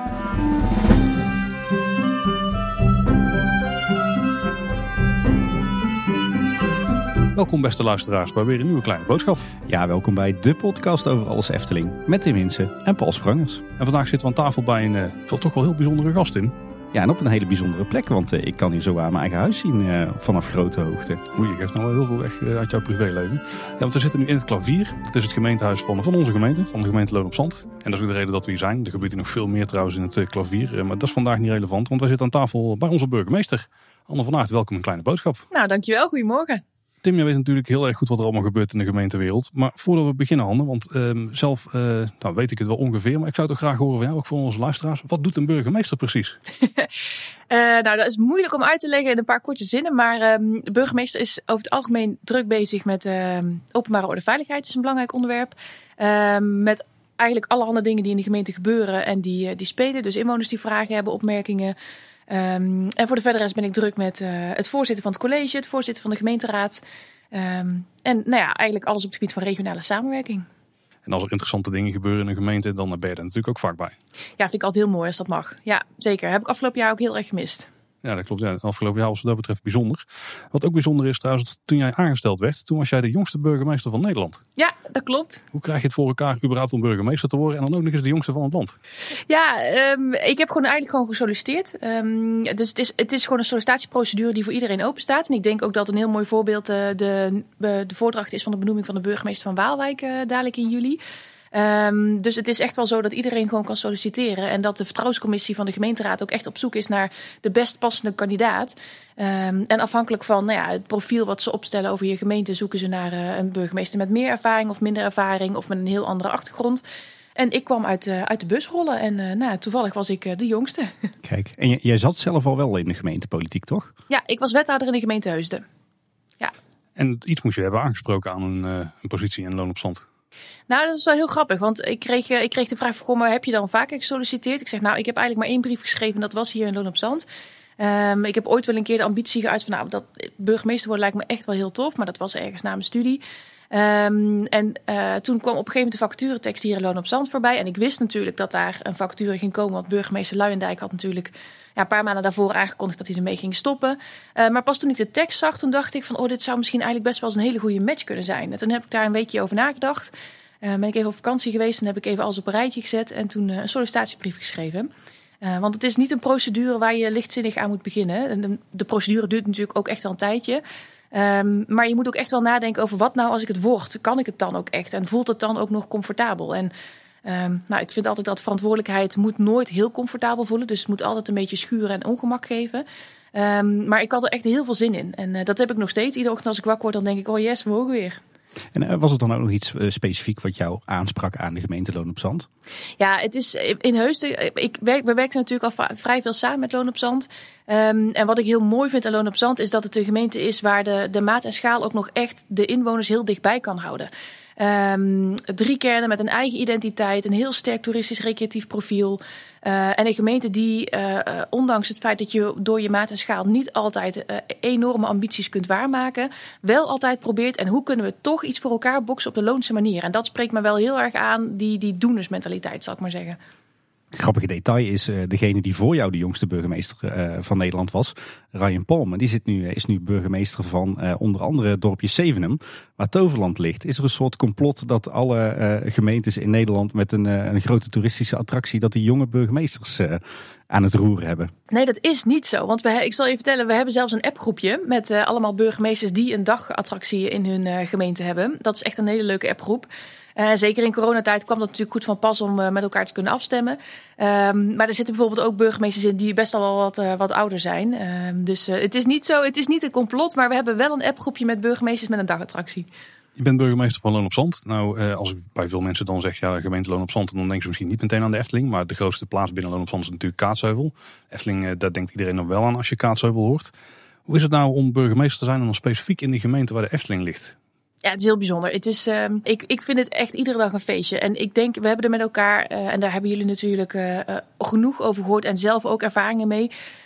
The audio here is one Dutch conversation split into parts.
Welkom beste luisteraars bij weer een nieuwe kleine boodschap. Ja, welkom bij de podcast over alles Efteling met Tim Hinsen en Paul Sprangers. En vandaag zitten we aan tafel bij een toch wel heel bijzondere gast in. Ja, en op een hele bijzondere plek, want ik kan hier zo aan mijn eigen huis zien vanaf grote hoogte. Oei, je geeft nou wel heel veel weg uit jouw privéleven. Ja, want we zitten nu in het Klavier. Dat is het gemeentehuis van onze gemeente, van de gemeente Loon op Zand. En dat is ook de reden dat we hier zijn. Er gebeurt hier nog veel meer trouwens in het Klavier. Maar dat is vandaag niet relevant, want wij zitten aan tafel bij onze burgemeester. Anne van Aert, welkom in Kleine Boodschap. Nou, dankjewel. Goedemorgen. Tim, jij weet natuurlijk heel erg goed wat er allemaal gebeurt in de gemeentewereld. Maar voordat we beginnen, Anne, want zelf weet ik het wel ongeveer. Maar ik zou toch graag horen van jou, ook voor onze luisteraars. Wat doet een burgemeester precies? Dat is moeilijk om uit te leggen in een paar korte zinnen. Maar de burgemeester is over het algemeen druk bezig met openbare orde veiligheid. Dat is een belangrijk onderwerp. Met eigenlijk allerhande dingen die in de gemeente gebeuren en die spelen. Dus inwoners die vragen hebben, opmerkingen. En voor de verdere rest ben ik druk met het voorzitten van het college, het voorzitten van de gemeenteraad. En eigenlijk alles op het gebied van regionale samenwerking. En als er interessante dingen gebeuren in een gemeente, dan ben je er natuurlijk ook vaak bij. Ja, vind ik altijd heel mooi als dat mag. Ja, zeker. Heb ik afgelopen jaar ook heel erg gemist. Ja, dat klopt. Ja, afgelopen jaar was wat dat betreft bijzonder. Wat ook bijzonder is trouwens, toen jij aangesteld werd, toen was jij de jongste burgemeester van Nederland. Ja, dat klopt. Hoe krijg je het voor elkaar überhaupt om burgemeester te worden en dan ook nog eens de jongste van het land? Ja, ik heb eigenlijk gesolliciteerd. Dus het is gewoon een sollicitatieprocedure die voor iedereen open staat. En ik denk ook dat een heel mooi voorbeeld de voordracht is van de benoeming van de burgemeester van Waalwijk dadelijk in juli. Dus het is echt wel zo dat iedereen gewoon kan solliciteren. En dat de vertrouwenscommissie van de gemeenteraad ook echt op zoek is naar de best passende kandidaat. En afhankelijk van het profiel wat ze opstellen over je gemeente, zoeken ze naar een burgemeester met meer ervaring of minder ervaring of met een heel andere achtergrond. En ik kwam uit de bus rollen en toevallig was ik de jongste. Kijk, en jij zat zelf al wel in de gemeentepolitiek, toch? Ja, ik was wethouder in de gemeente Heusden. Ja. En iets moest je hebben aangesproken aan een positie in Loon op Zand. Nou, dat is wel heel grappig, want ik kreeg de vraag van, maar heb je dan vaker gesolliciteerd? Ik zeg, ik heb eigenlijk maar 1 brief geschreven en dat was hier in Loon op Zand. Ik heb ooit wel een keer de ambitie geuit van, dat burgemeester worden lijkt me echt wel heel tof, maar dat was ergens na mijn studie. Toen kwam op een gegeven moment de vacaturetekst hier in Loon op Zand voorbij. En ik wist natuurlijk dat daar een vacature ging komen, want burgemeester Luijendijk had natuurlijk een paar maanden daarvoor aangekondigd dat hij ermee ging stoppen. Maar pas toen ik de tekst zag, toen dacht ik van, dit zou misschien eigenlijk best wel eens een hele goede match kunnen zijn. En toen heb ik daar een weekje over nagedacht. Ben ik even op vakantie geweest en heb ik even alles op een rijtje gezet en toen een sollicitatiebrief geschreven. Want het is niet een procedure waar je lichtzinnig aan moet beginnen. De procedure duurt natuurlijk ook echt wel een tijdje. Maar je moet ook echt wel nadenken over wat nou als ik het word. Kan ik het dan ook echt? En voelt het dan ook nog comfortabel? En ik vind altijd dat verantwoordelijkheid moet nooit heel comfortabel voelen. Dus het moet altijd een beetje schuren en ongemak geven. Maar ik had er echt heel veel zin in. En dat heb ik nog steeds. Iedere ochtend als ik wakker word, dan denk ik, oh yes, we mogen weer. En was het dan ook nog iets specifiek wat jou aansprak aan de gemeente Loon op Zand? Ja, het is in Heusden. We werken natuurlijk al vrij veel samen met Loon op Zand. En wat ik heel mooi vind aan Loon op Zand is dat het een gemeente is waar de maat en schaal ook nog echt de inwoners heel dichtbij kan houden. 3 kernen met een eigen identiteit, een heel sterk toeristisch recreatief profiel. En een gemeente die, ondanks het feit dat je door je maat en schaal niet altijd enorme ambities kunt waarmaken, wel altijd probeert en hoe kunnen we toch iets voor elkaar boksen op de Loonse manier. En dat spreekt me wel heel erg aan, die doenersmentaliteit, zal ik maar zeggen. Grappige detail is, degene die voor jou de jongste burgemeester van Nederland was, Ryan Palmer, die is nu burgemeester van onder andere het dorpje Zevenum, waar Toverland ligt. Is er een soort complot dat alle gemeentes in Nederland met een grote toeristische attractie, dat die jonge burgemeesters aan het roer hebben? Nee, dat is niet zo. Want ik zal je vertellen, we hebben zelfs een appgroepje met allemaal burgemeesters die een dagattractie in hun gemeente hebben. Dat is echt een hele leuke appgroep. Zeker in coronatijd kwam dat natuurlijk goed van pas om met elkaar te kunnen afstemmen. Maar er zitten bijvoorbeeld ook burgemeesters in die best al wel wat ouder zijn. Dus het is niet zo, het is niet een complot, maar we hebben wel een appgroepje met burgemeesters met een dagattractie. Je bent burgemeester van Loon op Zand. Nou, als ik bij veel mensen dan zeg, gemeente Loon op Zand, dan denken ze misschien niet meteen aan de Efteling. Maar de grootste plaats binnen Loon op Zand is natuurlijk Kaatsheuvel. Efteling, daar denkt iedereen nog wel aan als je Kaatsheuvel hoort. Hoe is het nou om burgemeester te zijn en dan specifiek in die gemeente waar de Efteling ligt? Ja, het is heel bijzonder. Het is, ik vind het echt iedere dag een feestje. En ik denk, we hebben er met elkaar, en daar hebben jullie natuurlijk genoeg over gehoord en zelf ook ervaringen mee.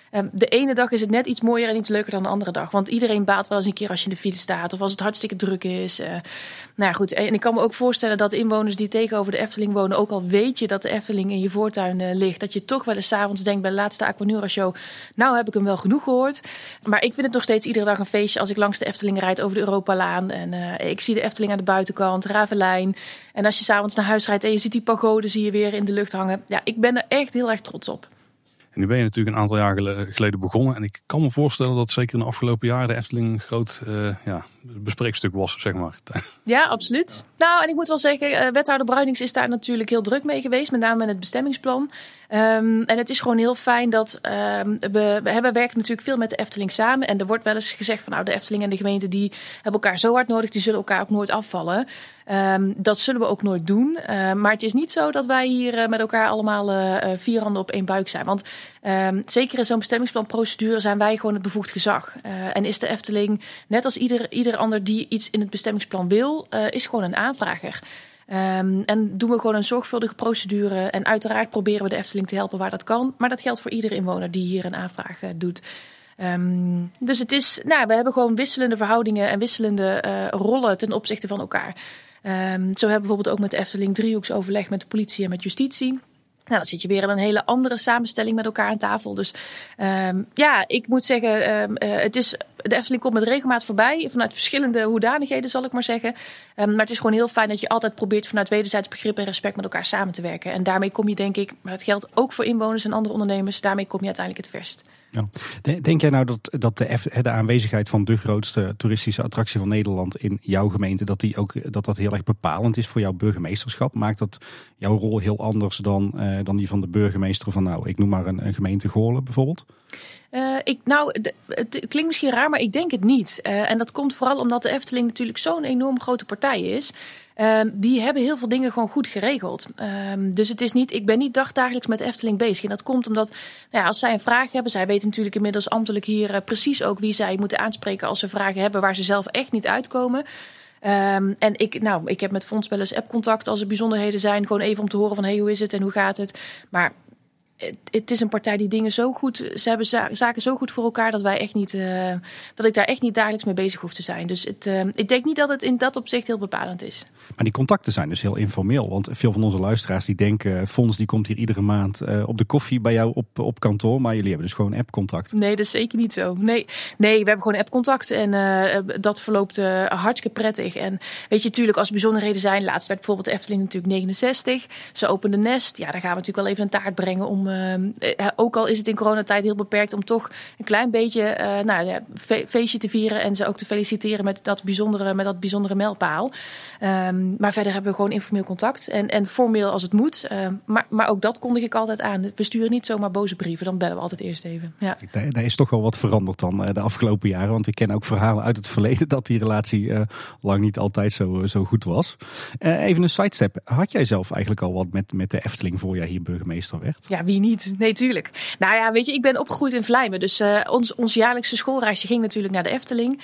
De ene dag is het net iets mooier en iets leuker dan de andere dag. Want iedereen baalt wel eens een keer als je in de file staat of als het hartstikke druk is. Nou ja, goed. En ik kan me ook voorstellen dat inwoners die tegenover de Efteling wonen, ook al weet je dat de Efteling in je voortuin ligt, dat je toch wel eens 's avonds denkt bij de laatste Aquanura show, nou heb ik hem wel genoeg gehoord. Maar ik vind het nog steeds iedere dag een feestje als ik langs de Efteling rijd over de Europalaan. En ik zie de Efteling aan de buitenkant, Ravelijn. En als je 's avonds naar huis rijdt en je ziet die pagode zie je weer in de lucht hangen. Ja, ik ben er echt heel erg trots op. En nu ben je natuurlijk een aantal jaar geleden begonnen. En ik kan me voorstellen dat zeker in de afgelopen jaren de Efteling een groot bespreekstuk was, zeg maar. Ja, absoluut. Nou, en ik moet wel zeggen, wethouder Bruinings is daar natuurlijk heel druk mee geweest. Met name met het bestemmingsplan. En het is gewoon heel fijn dat we werken natuurlijk veel met de Efteling samen. En er wordt wel eens gezegd van nou, de Efteling en de gemeente die hebben elkaar zo hard nodig. Die zullen elkaar ook nooit afvallen. Dat zullen we ook nooit doen. Maar het is niet zo dat wij hier met elkaar allemaal 4 handen op 1 buik zijn. Want zeker in zo'n bestemmingsplanprocedure zijn wij gewoon het bevoegd gezag. En is de Efteling, net als ieder ander die iets in het bestemmingsplan wil, is gewoon een aanvrager. En doen we gewoon een zorgvuldige procedure. En uiteraard proberen we de Efteling te helpen waar dat kan. Maar dat geldt voor iedere inwoner die hier een aanvraag doet. Dus het is, we hebben gewoon wisselende verhoudingen en wisselende rollen ten opzichte van elkaar. Zo hebben we bijvoorbeeld ook met de Efteling driehoeksoverleg met de politie en met justitie. Nou, dan zit je weer in een hele andere samenstelling met elkaar aan tafel. Dus ik moet zeggen, de Efteling komt met regelmaat voorbij. Vanuit verschillende hoedanigheden, zal ik maar zeggen. Maar het is gewoon heel fijn dat je altijd probeert vanuit wederzijds begrip en respect met elkaar samen te werken. En daarmee kom je, denk ik, maar dat geldt ook voor inwoners en andere ondernemers, daarmee kom je uiteindelijk het verst. Ja. Denk jij nou dat de aanwezigheid van de grootste toeristische attractie van Nederland in jouw gemeente, dat heel erg bepalend is voor jouw burgemeesterschap? Maakt dat jouw rol heel anders dan die van de burgemeester van, nou, ik noem maar een gemeente Goorlen bijvoorbeeld? Het klinkt misschien raar, maar ik denk het niet. En dat komt vooral omdat de Efteling natuurlijk zo'n enorm grote partij is. Die hebben heel veel dingen gewoon goed geregeld. Dus het is niet, ik ben niet dagdagelijks met de Efteling bezig. En dat komt omdat, als zij een vraag hebben, zij weten natuurlijk inmiddels ambtelijk hier precies ook wie zij moeten aanspreken als ze vragen hebben waar ze zelf echt niet uitkomen. En ik heb met Fons wel eens appcontact als er bijzonderheden zijn. Gewoon even om te horen van, hey, hoe is het en hoe gaat het? Maar het is een partij die dingen zo goed, ze hebben zaken zo goed voor elkaar dat ik daar echt niet dagelijks mee bezig hoef te zijn. Dus ik denk niet dat het in dat opzicht heel bepalend is. Maar die contacten zijn dus heel informeel. Want veel van onze luisteraars die denken, Fons die komt hier iedere maand op de koffie bij jou op kantoor. Maar jullie hebben dus gewoon appcontact. Nee, dat is zeker niet zo. Nee, we hebben gewoon appcontact. En dat verloopt hartstikke prettig. En weet je, natuurlijk als er bijzonderheden zijn. Laatst werd bijvoorbeeld de Efteling natuurlijk 69. Ze opende Nest. Ja, daar gaan we natuurlijk wel even een taart brengen om, ook al is het in coronatijd heel beperkt, om toch een klein beetje feestje te vieren en ze ook te feliciteren met dat bijzondere mijlpaal. Maar verder hebben we gewoon informeel contact en formeel als het moet. Maar ook dat kondig ik altijd aan. We sturen niet zomaar boze brieven, dan bellen we altijd eerst even. Ja. Daar is toch wel wat veranderd dan de afgelopen jaren. Want ik ken ook verhalen uit het verleden dat die relatie lang niet altijd zo goed was. Even een sidestep. Had jij zelf eigenlijk al wat met de Efteling voor jij hier burgemeester werd? Ja, wie niet? Nee, tuurlijk. Nou ja, weet je, ik ben opgegroeid in Vlijmen. Dus ons jaarlijkse schoolreisje ging natuurlijk naar de Efteling.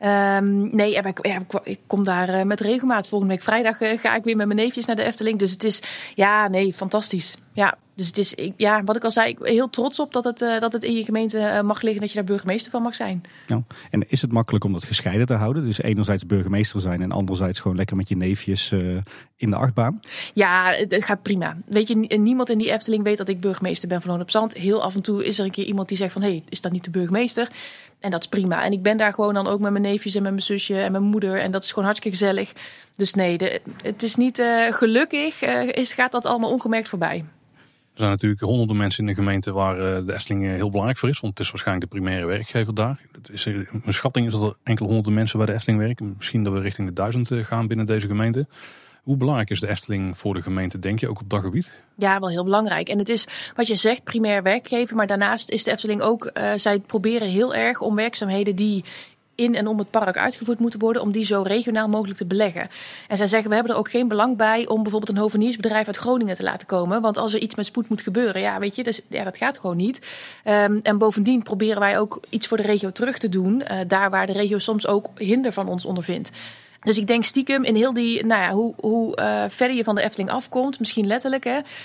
Ik kom daar met regelmaat. Volgende week vrijdag ga ik weer met mijn neefjes naar de Efteling. Dus het is, fantastisch. Ja, dus het is, wat ik al zei, heel trots op dat het in je gemeente mag liggen, dat je daar burgemeester van mag zijn. Ja. En is het makkelijk om dat gescheiden te houden? Dus enerzijds burgemeester zijn en anderzijds gewoon lekker met je neefjes in de achtbaan? Ja, het gaat prima. Weet je, niemand in die Efteling weet dat ik burgemeester ben van Loon op Zand. Heel af en toe is er een keer iemand die zegt van, hey, is dat niet de burgemeester? En dat is prima. En ik ben daar gewoon dan ook met mijn neefjes en met mijn zusje en mijn moeder. En dat is gewoon hartstikke gezellig. Dus nee, het is niet gelukkig. Gaat dat allemaal ongemerkt voorbij. Er zijn natuurlijk honderden mensen in de gemeente waar de Efteling heel belangrijk voor is. Want het is waarschijnlijk de primaire werkgever daar. Mijn schatting is dat er enkele honderden mensen bij de Efteling werken. Misschien dat we richting de 1000 gaan binnen deze gemeente. Hoe belangrijk is de Efteling voor de gemeente, denk je, ook op dat gebied? Ja, wel heel belangrijk. En het is, wat je zegt, primair werkgever. Maar daarnaast is de Efteling ook, zij proberen heel erg om werkzaamheden die in en om het park uitgevoerd moeten worden, om die zo regionaal mogelijk te beleggen. En zij zeggen, we hebben er ook geen belang bij om bijvoorbeeld een hoveniersbedrijf uit Groningen te laten komen. Want als er iets met spoed moet gebeuren, dat gaat gewoon niet. En bovendien proberen wij ook iets voor de regio terug te doen. Daar waar de regio soms ook hinder van ons ondervindt. Dus ik denk stiekem in heel die, hoe verder je van de Efteling afkomt, misschien letterlijk,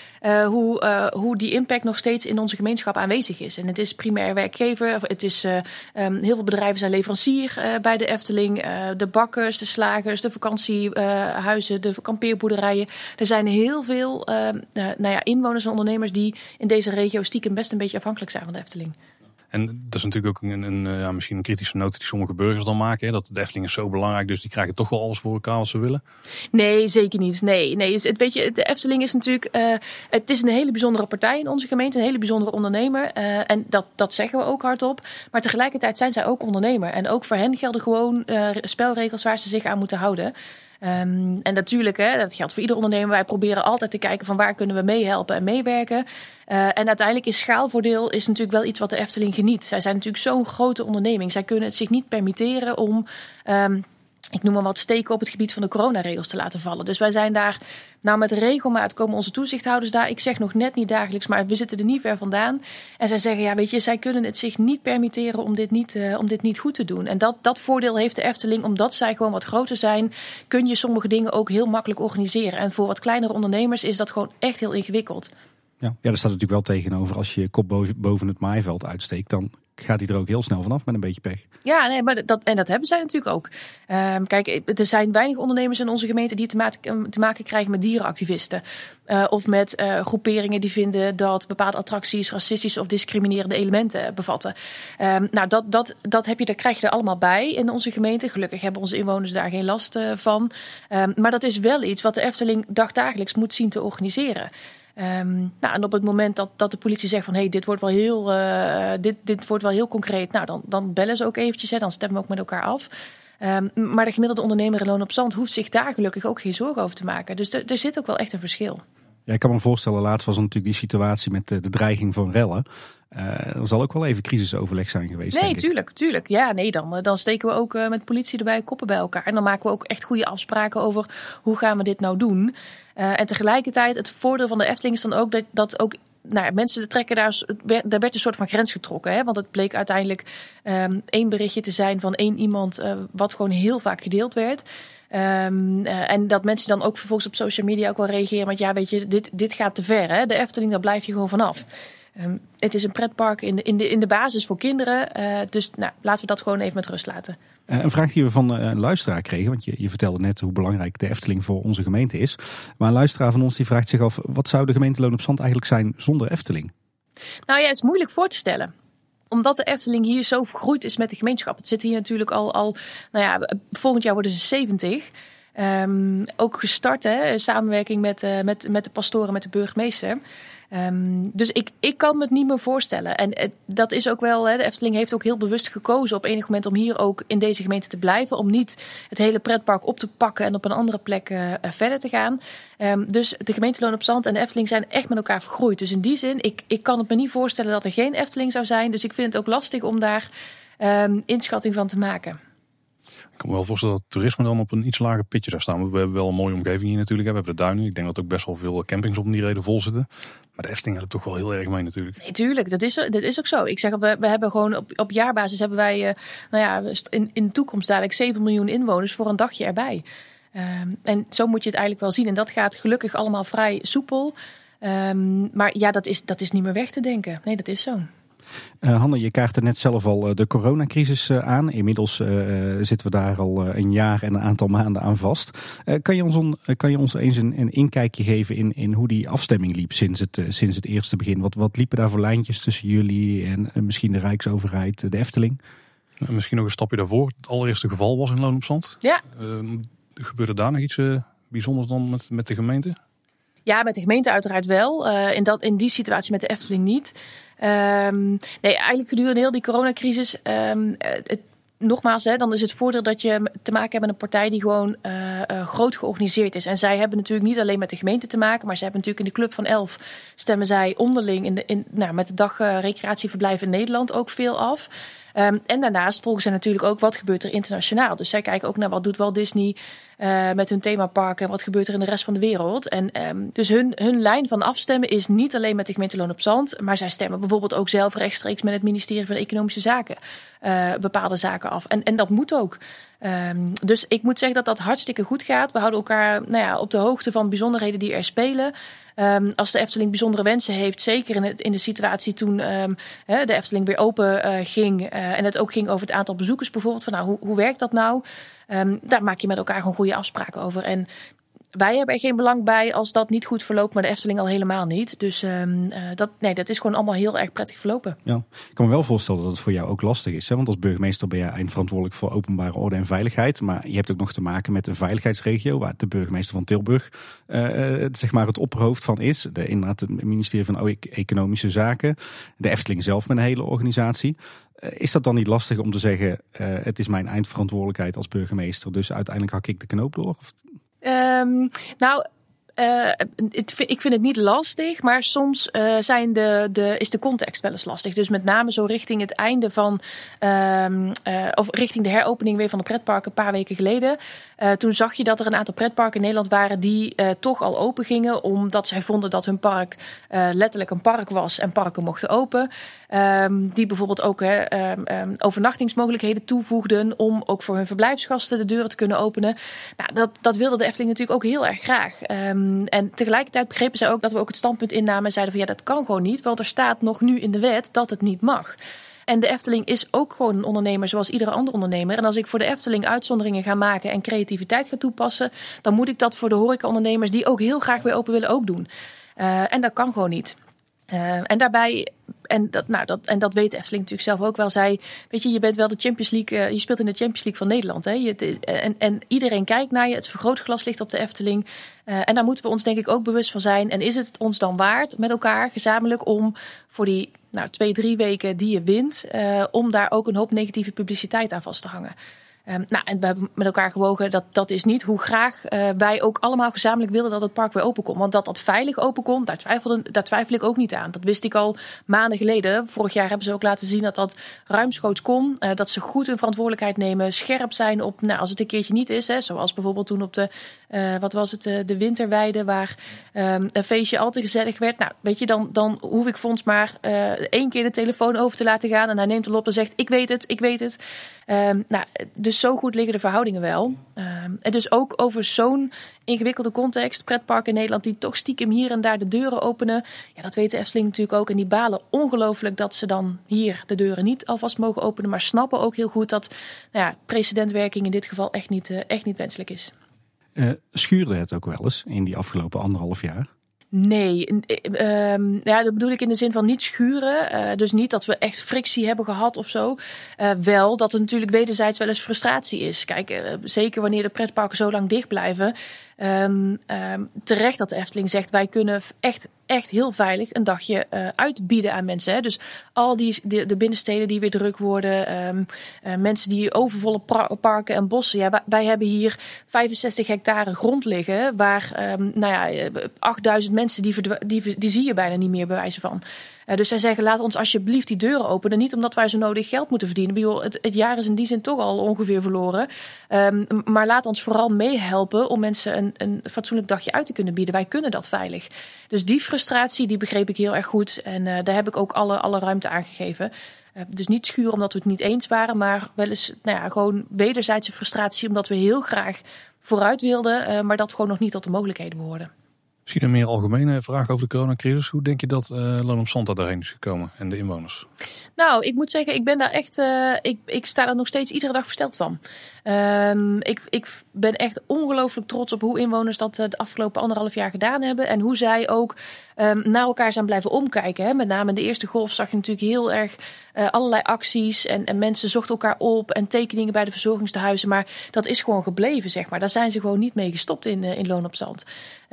hoe die impact nog steeds in onze gemeenschap aanwezig is. En het is primair werkgever, het is heel veel bedrijven zijn leverancier bij de Efteling, de bakkers, de slagers, de vakantiehuizen, de kampeerboerderijen. Er zijn heel veel inwoners en ondernemers die in deze regio stiekem best een beetje afhankelijk zijn van de Efteling. En dat is natuurlijk ook misschien een kritische noot die sommige burgers dan maken. Hè? Dat de Efteling is zo belangrijk, dus die krijgen toch wel alles voor elkaar wat ze willen. Nee, zeker niet. Nee. Weet je, de Efteling is natuurlijk, het is een hele bijzondere partij in onze gemeente, een hele bijzondere ondernemer. En dat zeggen we ook hardop. Maar tegelijkertijd zijn zij ook ondernemer. En ook voor hen gelden gewoon spelregels waar ze zich aan moeten houden. En natuurlijk, dat geldt voor ieder ondernemer. Wij proberen altijd te kijken van waar kunnen we meehelpen en meewerken. En uiteindelijk is schaalvoordeel is natuurlijk wel iets wat de Efteling geniet. Zij zijn natuurlijk zo'n grote onderneming. Zij kunnen het zich niet permitteren om, ik noem maar wat, steken op het gebied van de coronaregels te laten vallen. Dus wij zijn daar, met regelmaat komen onze toezichthouders daar. Ik zeg nog net niet dagelijks, maar we zitten er niet ver vandaan. En zij zeggen, zij kunnen het zich niet permitteren om dit niet goed te doen. En dat voordeel heeft de Efteling, omdat zij gewoon wat groter zijn, kun je sommige dingen ook heel makkelijk organiseren. En voor wat kleinere ondernemers is dat gewoon echt heel ingewikkeld. Ja, daar staat natuurlijk wel tegenover. Als je je kop boven het maaiveld uitsteekt, dan gaat hij er ook heel snel vanaf met een beetje pech. Ja, nee, maar dat hebben zij natuurlijk ook. Kijk, er zijn weinig ondernemers in onze gemeente die te maken krijgen met dierenactivisten. Of met groeperingen die vinden dat bepaalde attracties racistische of discriminerende elementen bevatten. Dat krijg je er allemaal bij in onze gemeente. Gelukkig hebben onze inwoners daar geen last van. Maar dat is wel iets wat de Efteling dagdagelijks moet zien te organiseren. En op het moment dat de politie zegt van dit wordt wel heel concreet, dan bellen ze ook eventjes, dan stemmen we ook met elkaar af. Maar de gemiddelde ondernemer in Loon op Zand hoeft zich daar gelukkig ook geen zorgen over te maken. Dus er zit ook wel echt een verschil. Ja, ik kan me voorstellen, laatst was natuurlijk die situatie met de dreiging van rellen. Er zal ook wel even crisisoverleg zijn geweest. Nee, tuurlijk. Ja, nee, dan steken we ook met politie erbij koppen bij elkaar. En dan maken we ook echt goede afspraken over hoe gaan we dit nou doen. En tegelijkertijd, het voordeel van de Efteling is dan ook dat ook mensen trekken daar werd een soort van grens getrokken. Hè? Want het bleek uiteindelijk 1 berichtje te zijn van 1 iemand wat gewoon heel vaak gedeeld werd. En dat mensen dan ook vervolgens op social media ook wel reageren met weet je, dit gaat te ver. Hè? De Efteling, daar blijf je gewoon vanaf. Het is een pretpark in de basis voor kinderen. Dus laten we dat gewoon even met rust laten. Een vraag die we van een luisteraar kregen. Want je vertelde net hoe belangrijk de Efteling voor onze gemeente is. Maar een luisteraar van ons die vraagt zich af, wat zou de gemeente Loon op Zand eigenlijk zijn zonder Efteling? Het is moeilijk voor te stellen. Omdat de Efteling hier zo vergroeid is met de gemeenschap. Het zit hier natuurlijk al volgend jaar worden ze 70. Ook gestart, in samenwerking met de pastoren, met de burgemeester. Dus ik kan me het niet meer voorstellen. En dat is ook wel, de Efteling heeft ook heel bewust gekozen op enig moment om hier ook in deze gemeente te blijven. Om niet het hele pretpark op te pakken en op een andere plek verder te gaan. Dus de gemeente Loon op Zand en de Efteling zijn echt met elkaar vergroeid. Dus in die zin, ik kan het me niet voorstellen dat er geen Efteling zou zijn. Dus ik vind het ook lastig om daar inschatting van te maken. Ik kan me wel voorstellen dat toerisme dan op een iets lager pitje zou staan. We hebben wel een mooie omgeving hier natuurlijk. We hebben de duinen. Ik denk dat ook best wel veel campings om die reden vol zitten. Maar de Efteling helpt toch wel heel erg mee natuurlijk. Nee, tuurlijk. Dat is ook zo. Ik zeg, we hebben gewoon op jaarbasis hebben wij in de toekomst dadelijk 7 miljoen inwoners voor een dagje erbij. En zo moet je het eigenlijk wel zien. En dat gaat gelukkig allemaal vrij soepel. Maar ja, dat is niet meer weg te denken. Nee, dat is zo. Hanne, je kaartte net zelf al de coronacrisis aan. Inmiddels zitten we daar al een jaar en een aantal maanden aan vast. Kan je ons eens een inkijkje geven in hoe die afstemming liep sinds het eerste begin? Wat liepen daar voor lijntjes tussen jullie en misschien de Rijksoverheid, de Efteling? Misschien nog een stapje daarvoor. Het allereerste geval was in Loon op Zand. Ja. Gebeurde daar nog iets bijzonders dan met de gemeente? Ja, met de gemeente uiteraard wel. In die situatie met de Efteling niet. Eigenlijk gedurende heel die coronacrisis. Nogmaals, dan is het voordeel dat je te maken hebt met een partij die gewoon groot georganiseerd is. En zij hebben natuurlijk niet alleen met de gemeente te maken, maar ze hebben natuurlijk in de Club van 11 stemmen zij onderling met de dag recreatieverblijf in Nederland ook veel af. En daarnaast volgen zij natuurlijk ook wat gebeurt er internationaal. Dus zij kijken ook naar wat doet Walt Disney met hun themaparken en wat gebeurt er in de rest van de wereld. En dus hun lijn van afstemmen is niet alleen met de gemeente Loon op Zand, maar zij stemmen bijvoorbeeld ook zelf rechtstreeks met het ministerie van Economische Zaken bepaalde zaken af. En dat moet ook. Dus ik moet zeggen dat hartstikke goed gaat. We houden elkaar op de hoogte van bijzonderheden die er spelen. Als de Efteling bijzondere wensen heeft, zeker in de situatie toen de Efteling weer open ging en het ook ging over het aantal bezoekers bijvoorbeeld, van hoe werkt dat nou? Daar maak je met elkaar gewoon goede afspraken over. En wij hebben er geen belang bij als dat niet goed verloopt, maar de Efteling al helemaal niet. Dus dat is gewoon allemaal heel erg prettig verlopen. Ja, ik kan me wel voorstellen dat het voor jou ook lastig is. Hè? Want als burgemeester ben jij eindverantwoordelijk voor openbare orde en veiligheid. Maar je hebt ook nog te maken met een veiligheidsregio waar de burgemeester van Tilburg het opperhoofd van is. Inderdaad het ministerie van Economische Zaken. De Efteling zelf met een hele organisatie. Is dat dan niet lastig om te zeggen, het is mijn eindverantwoordelijkheid als burgemeester, dus uiteindelijk hak ik de knoop door? Ik vind het niet lastig, maar soms is de context wel eens lastig. Dus met name zo richting het einde van, of richting de heropening weer van de pretparken een paar weken geleden. Toen zag je dat er een aantal pretparken in Nederland waren die toch al open gingen, omdat zij vonden dat hun park letterlijk een park was en parken mochten open. Die bijvoorbeeld ook overnachtingsmogelijkheden toevoegden om ook voor hun verblijfsgasten de deuren te kunnen openen. Nou, dat wilde de Efteling natuurlijk ook heel erg graag. En tegelijkertijd begrepen zij ook dat we ook het standpunt innamen en zeiden van dat kan gewoon niet, want er staat nog nu in de wet dat het niet mag. En de Efteling is ook gewoon een ondernemer zoals iedere andere ondernemer. En als ik voor de Efteling uitzonderingen ga maken en creativiteit ga toepassen, dan moet ik dat voor de horecaondernemers die ook heel graag weer open willen ook doen. En dat kan gewoon niet. En daarbij, en dat weet de Efteling natuurlijk zelf ook wel, je bent wel de Champions League, je speelt in de Champions League van Nederland. Hè? En iedereen kijkt naar je, het vergrootglas ligt op de Efteling. En daar moeten we ons denk ik ook bewust van zijn. En is het ons dan waard met elkaar gezamenlijk om voor die 2-3 weken die je wint, om daar ook een hoop negatieve publiciteit aan vast te hangen. En we hebben met elkaar gewogen dat is niet hoe graag wij ook allemaal gezamenlijk willen dat het park weer open komt. Want dat veilig open komt, daar twijfel ik ook niet aan. Dat wist ik al maanden geleden. Vorig jaar hebben ze ook laten zien dat ruimschoots kon. Dat ze goed hun verantwoordelijkheid nemen, scherp zijn op, als het een keertje niet is. Hè, zoals bijvoorbeeld toen op de winterweide waar een feestje al te gezellig werd. Dan hoef ik Fons maar 1 keer de telefoon over te laten gaan en hij neemt het op en zegt ik weet het. Dus zo goed liggen de verhoudingen wel. En dus ook over zo'n ingewikkelde context, pretparken in Nederland die toch stiekem hier en daar de deuren openen. Ja, dat weet de Efteling natuurlijk ook. En die balen ongelooflijk dat ze dan hier de deuren niet alvast mogen openen. Maar snappen ook heel goed dat precedentwerking in dit geval echt niet wenselijk is. Schuurde het ook wel eens in die afgelopen 1,5 jaar? Nee, dat bedoel ik in de zin van niet schuren. Dus niet dat we echt frictie hebben gehad of zo. Wel dat er natuurlijk wederzijds wel eens frustratie is. Kijk, zeker wanneer de pretparken zo lang dicht blijven. Terecht dat de Efteling zegt wij kunnen echt heel veilig een dagje uitbieden aan mensen. Hè. Dus al de binnensteden die weer druk worden. Mensen die overvolle parken en bossen. Ja, wij hebben hier 65 hectare grond liggen. Waar 8000 mensen die zie je bijna niet meer bij wijze van. Dus zij zeggen laat ons alsjeblieft die deuren openen. Niet omdat wij zo nodig geld moeten verdienen. Het jaar is in die zin toch al ongeveer verloren. Maar laat ons vooral meehelpen om mensen een fatsoenlijk dagje uit te kunnen bieden. Wij kunnen dat veilig. Dus die frustratie die begreep ik heel erg goed. En daar heb ik ook alle ruimte aan gegeven. Dus niet schuren omdat we het niet eens waren. Maar wel eens gewoon wederzijdse frustratie. Omdat we heel graag vooruit wilden. Maar dat gewoon nog niet tot de mogelijkheden behoorden. Misschien een meer algemene vraag over de coronacrisis. Hoe denk je dat Loon op Zand daarheen is gekomen en de inwoners? Nou, ik moet zeggen, ik ben daar echt. Ik sta er nog steeds iedere dag versteld van. Ik ben echt ongelooflijk trots op hoe inwoners dat de afgelopen 1,5 jaar gedaan hebben. En hoe zij ook naar elkaar zijn blijven omkijken. Hè. Met name in de eerste golf zag je natuurlijk heel erg allerlei acties. En mensen zochten elkaar op en tekeningen bij de verzorgingstehuizen. Maar dat is gewoon gebleven, zeg maar. Daar zijn ze gewoon niet mee gestopt in Loon op Zand.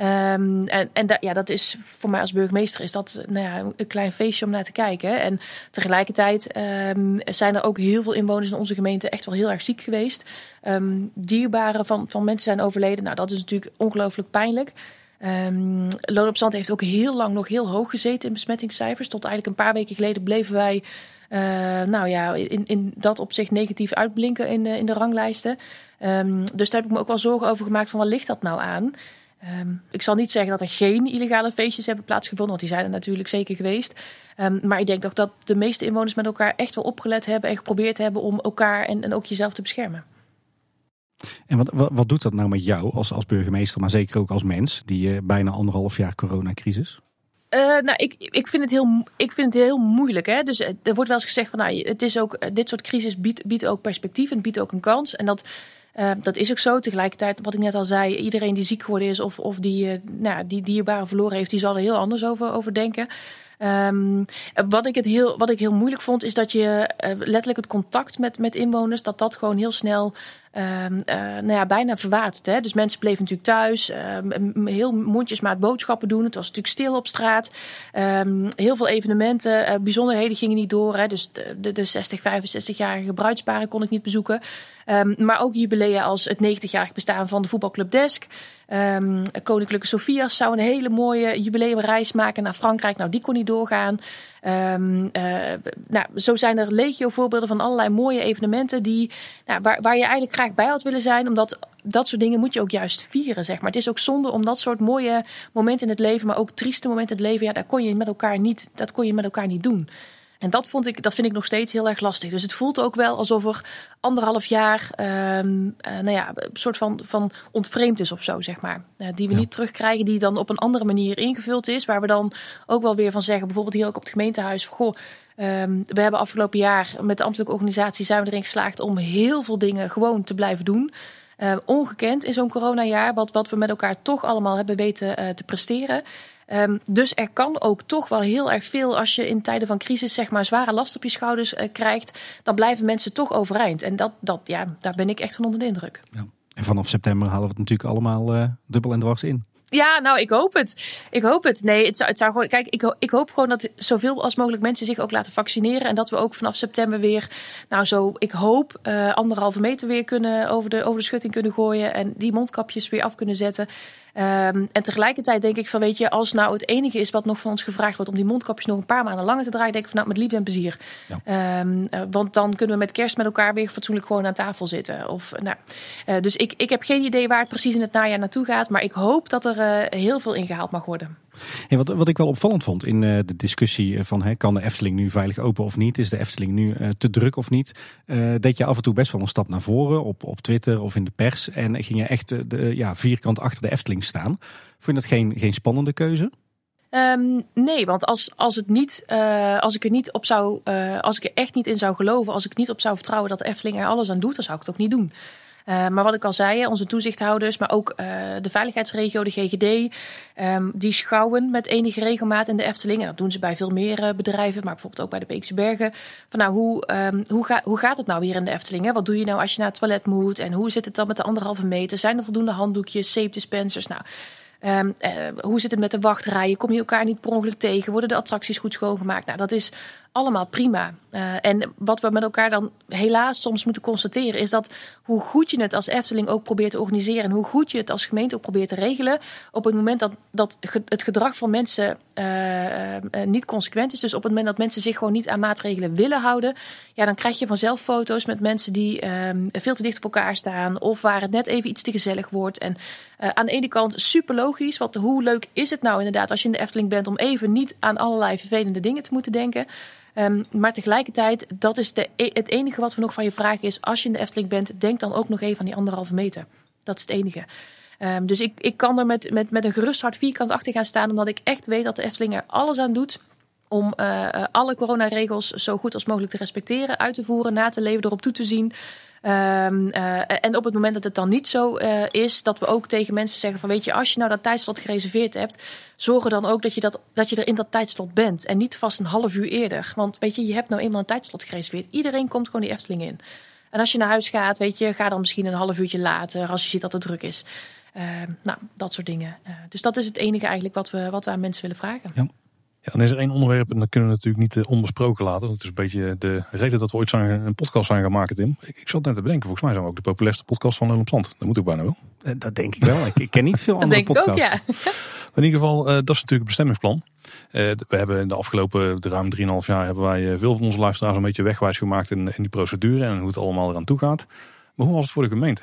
Dat is voor mij als burgemeester is dat een klein feestje om naar te kijken. En tegelijkertijd zijn er ook heel veel inwoners in onze gemeente echt wel heel erg ziek geweest. Dierbaren van mensen zijn overleden. Nou, dat is natuurlijk ongelooflijk pijnlijk. Loon op Zand heeft ook heel lang nog heel hoog gezeten in besmettingscijfers. Tot eigenlijk een paar weken geleden bleven wij in dat opzicht negatief uitblinken in de ranglijsten. Dus daar heb ik me ook wel zorgen over gemaakt van waar ligt dat nou aan? Ik zal niet zeggen dat er geen illegale feestjes hebben plaatsgevonden, want die zijn er natuurlijk zeker geweest. Maar ik denk toch dat de meeste inwoners met elkaar echt wel opgelet hebben en geprobeerd hebben om elkaar en ook jezelf te beschermen. En wat doet dat nou met jou als burgemeester, maar zeker ook als mens, die bijna 1,5 jaar coronacrisis? Ik vind het heel moeilijk. Hè? Dus er wordt wel eens gezegd van, het is ook, dit soort crisis biedt ook perspectief en biedt ook een kans. En dat is ook zo. Tegelijkertijd, wat ik net al zei, iedereen die ziek geworden is of die dierbaren verloren heeft, die zal er heel anders over denken. Wat ik heel moeilijk vond, is dat je letterlijk het contact met inwoners, dat gewoon heel snel bijna verwatert. Hè? Dus mensen bleven natuurlijk thuis, heel mondjesmaat boodschappen doen. Het was natuurlijk stil op straat. Heel veel evenementen, bijzonderheden gingen niet door. Hè? Dus de 60, 65-jarige bruidsparen kon ik niet bezoeken. Maar ook jubilea als het 90-jarig bestaan van de voetbalclub Desk. Koninklijke Sofia's zou een hele mooie jubileumreis maken naar Frankrijk. Nou, die kon niet doorgaan. Zo zijn er legio voorbeelden van allerlei mooie evenementen waar je eigenlijk graag bij had willen zijn. Omdat dat soort dingen moet je ook juist vieren, zeg maar. Het is ook zonde om dat soort mooie momenten in het leven, maar ook trieste momenten in het leven, dat kon je met elkaar niet doen. En dat vind ik nog steeds heel erg lastig. Dus het voelt ook wel alsof er 1,5 jaar een soort van ontvreemd is of zo, zeg maar. Die we niet terugkrijgen, die dan op een andere manier ingevuld is. Waar we dan ook wel weer van zeggen, bijvoorbeeld hier ook op het gemeentehuis. We hebben afgelopen jaar met de ambtelijke organisatie zijn we erin geslaagd om heel veel dingen gewoon te blijven doen. Ongekend in zo'n coronajaar, wat we met elkaar toch allemaal hebben weten te presteren. Dus er kan ook toch wel heel erg veel, als je in tijden van crisis zeg maar zware last op je schouders krijgt, dan blijven mensen toch overeind. En daar ben ik echt van onder de indruk. Ja. En vanaf september halen we het natuurlijk allemaal dubbel en dwars in. Ja, nou, ik hoop het. Nee, het zou gewoon. Kijk, ik hoop gewoon dat zoveel als mogelijk mensen zich ook laten vaccineren. En dat we ook vanaf september weer, ik hoop 1,5 meter weer kunnen over de schutting kunnen gooien. En die mondkapjes weer af kunnen zetten. En tegelijkertijd denk ik van, weet je, als nou het enige is wat nog van ons gevraagd wordt om die mondkapjes nog een paar maanden langer te draaien, denk ik van, met liefde en plezier. Ja. Want dan kunnen we met kerst met elkaar weer fatsoenlijk gewoon aan tafel zitten. Dus ik heb geen idee waar het precies in het najaar naartoe gaat, maar ik hoop dat er heel veel ingehaald mag worden. Hey, wat ik wel opvallend vond in de discussie van kan de Efteling nu veilig open of niet? Is de Efteling nu te druk of niet? Deed je af en toe best wel een stap naar voren op Twitter of in de pers. En ging je echt vierkant achter de Efteling staan. Vond je dat geen spannende keuze? Nee, want als ik er echt niet in zou geloven, als ik niet op zou vertrouwen dat de Efteling er alles aan doet, dan zou ik het ook niet doen. Maar wat ik al zei, onze toezichthouders, maar ook de veiligheidsregio, de GGD, die schouwen met enige regelmaat in de Efteling. En dat doen ze bij veel meer bedrijven, maar bijvoorbeeld ook bij de Beekse Bergen. Van hoe gaat het nou hier in de Efteling? Hè? Wat doe je nou als je naar het toilet moet? En hoe zit het dan met de 1,5 meter? Zijn er voldoende handdoekjes, safe dispensers? Hoe zit het met de wachtrijen? Kom je elkaar niet per ongeluk tegen? Worden de attracties goed schoongemaakt? Nou, dat is allemaal prima. En wat we met elkaar dan helaas soms moeten constateren, is dat hoe goed je het als Efteling ook probeert te organiseren en hoe goed je het als gemeente ook probeert te regelen, op het moment dat het gedrag van mensen niet consequent is, dus op het moment dat mensen zich gewoon niet aan maatregelen willen houden, dan krijg je vanzelf foto's met mensen die veel te dicht op elkaar staan of waar het net even iets te gezellig wordt. En aan de ene kant super logisch, want hoe leuk is het nou inderdaad als je in de Efteling bent om even niet aan allerlei vervelende dingen te moeten denken. Maar tegelijkertijd, dat is het enige wat we nog van je vragen is, als je in de Efteling bent, denk dan ook nog even aan die 1,5 meter. Dat is het enige. Dus ik kan er met een gerust hart vierkant achter gaan staan, omdat ik echt weet dat de Efteling er alles aan doet om alle coronaregels zo goed als mogelijk te respecteren, uit te voeren, na te leven, erop toe te zien. En op het moment dat het dan niet zo is, dat we ook tegen mensen zeggen van, weet je, als je nou dat tijdslot gereserveerd hebt, zorg er dan ook dat je er in dat tijdslot bent en niet vast een half uur eerder. Want weet je hebt nou eenmaal een tijdslot gereserveerd. Iedereen komt gewoon die Efteling in. En als je naar huis gaat, weet je, ga dan misschien een half uurtje later als je ziet dat het druk is. Dat soort dingen. Dus dat is het enige eigenlijk wat we aan mensen willen vragen. Ja. Ja, dan is er één onderwerp en dat kunnen we natuurlijk niet onbesproken laten. Dat is een beetje de reden dat we ooit een podcast zijn gaan maken, Tim. Ik zat net te bedenken, volgens mij zijn we ook de populairste podcast van Loon op Zand. Dat moet ook bijna wel. Dat denk ik wel. Ik ken niet veel andere podcasts. Dat denk ik ook, ja. In ieder geval, dat is natuurlijk het bestemmingsplan. We hebben in de afgelopen ruim 3,5 jaar hebben wij veel van onze luisteraars een beetje wegwijs gemaakt in die procedure en hoe het allemaal eraan toe gaat. Maar hoe was het voor de gemeente?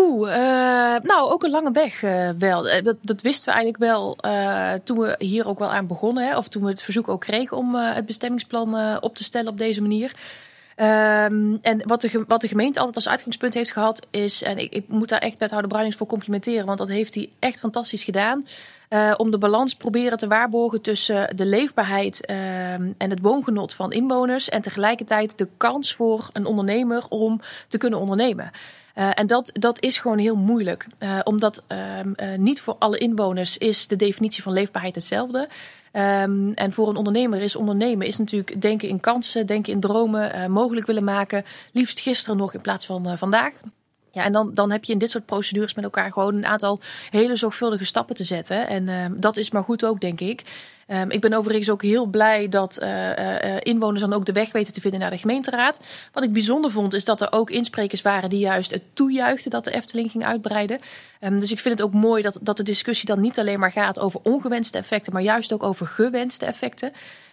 Ook een lange weg wel. Dat wisten we eigenlijk wel toen we hier ook wel aan begonnen. Hè, of toen we het verzoek ook kregen om het bestemmingsplan op te stellen op deze manier. En wat de gemeente altijd als uitgangspunt heeft gehad is, en ik moet daar echt wethouder Bruinings voor complimenteren, want dat heeft hij echt fantastisch gedaan. Om de balans proberen te waarborgen tussen de leefbaarheid en het woongenot van inwoners en tegelijkertijd de kans voor een ondernemer om te kunnen ondernemen. En dat is gewoon heel moeilijk. Omdat niet voor alle inwoners is de definitie van leefbaarheid hetzelfde. En voor een ondernemer is ondernemen is natuurlijk denken in kansen, denken in dromen, mogelijk willen maken. Liefst gisteren nog in plaats van vandaag. Ja, en dan heb je in dit soort procedures met elkaar gewoon een aantal hele zorgvuldige stappen te zetten. En dat is maar goed ook, denk ik. Ik ben overigens ook heel blij dat inwoners dan ook de weg weten te vinden naar de gemeenteraad. Wat ik bijzonder vond is dat er ook insprekers waren die juist het toejuichten dat de Efteling ging uitbreiden. Dus ik vind het ook mooi dat de discussie dan niet alleen maar gaat over ongewenste effecten, maar juist ook over gewenste effecten.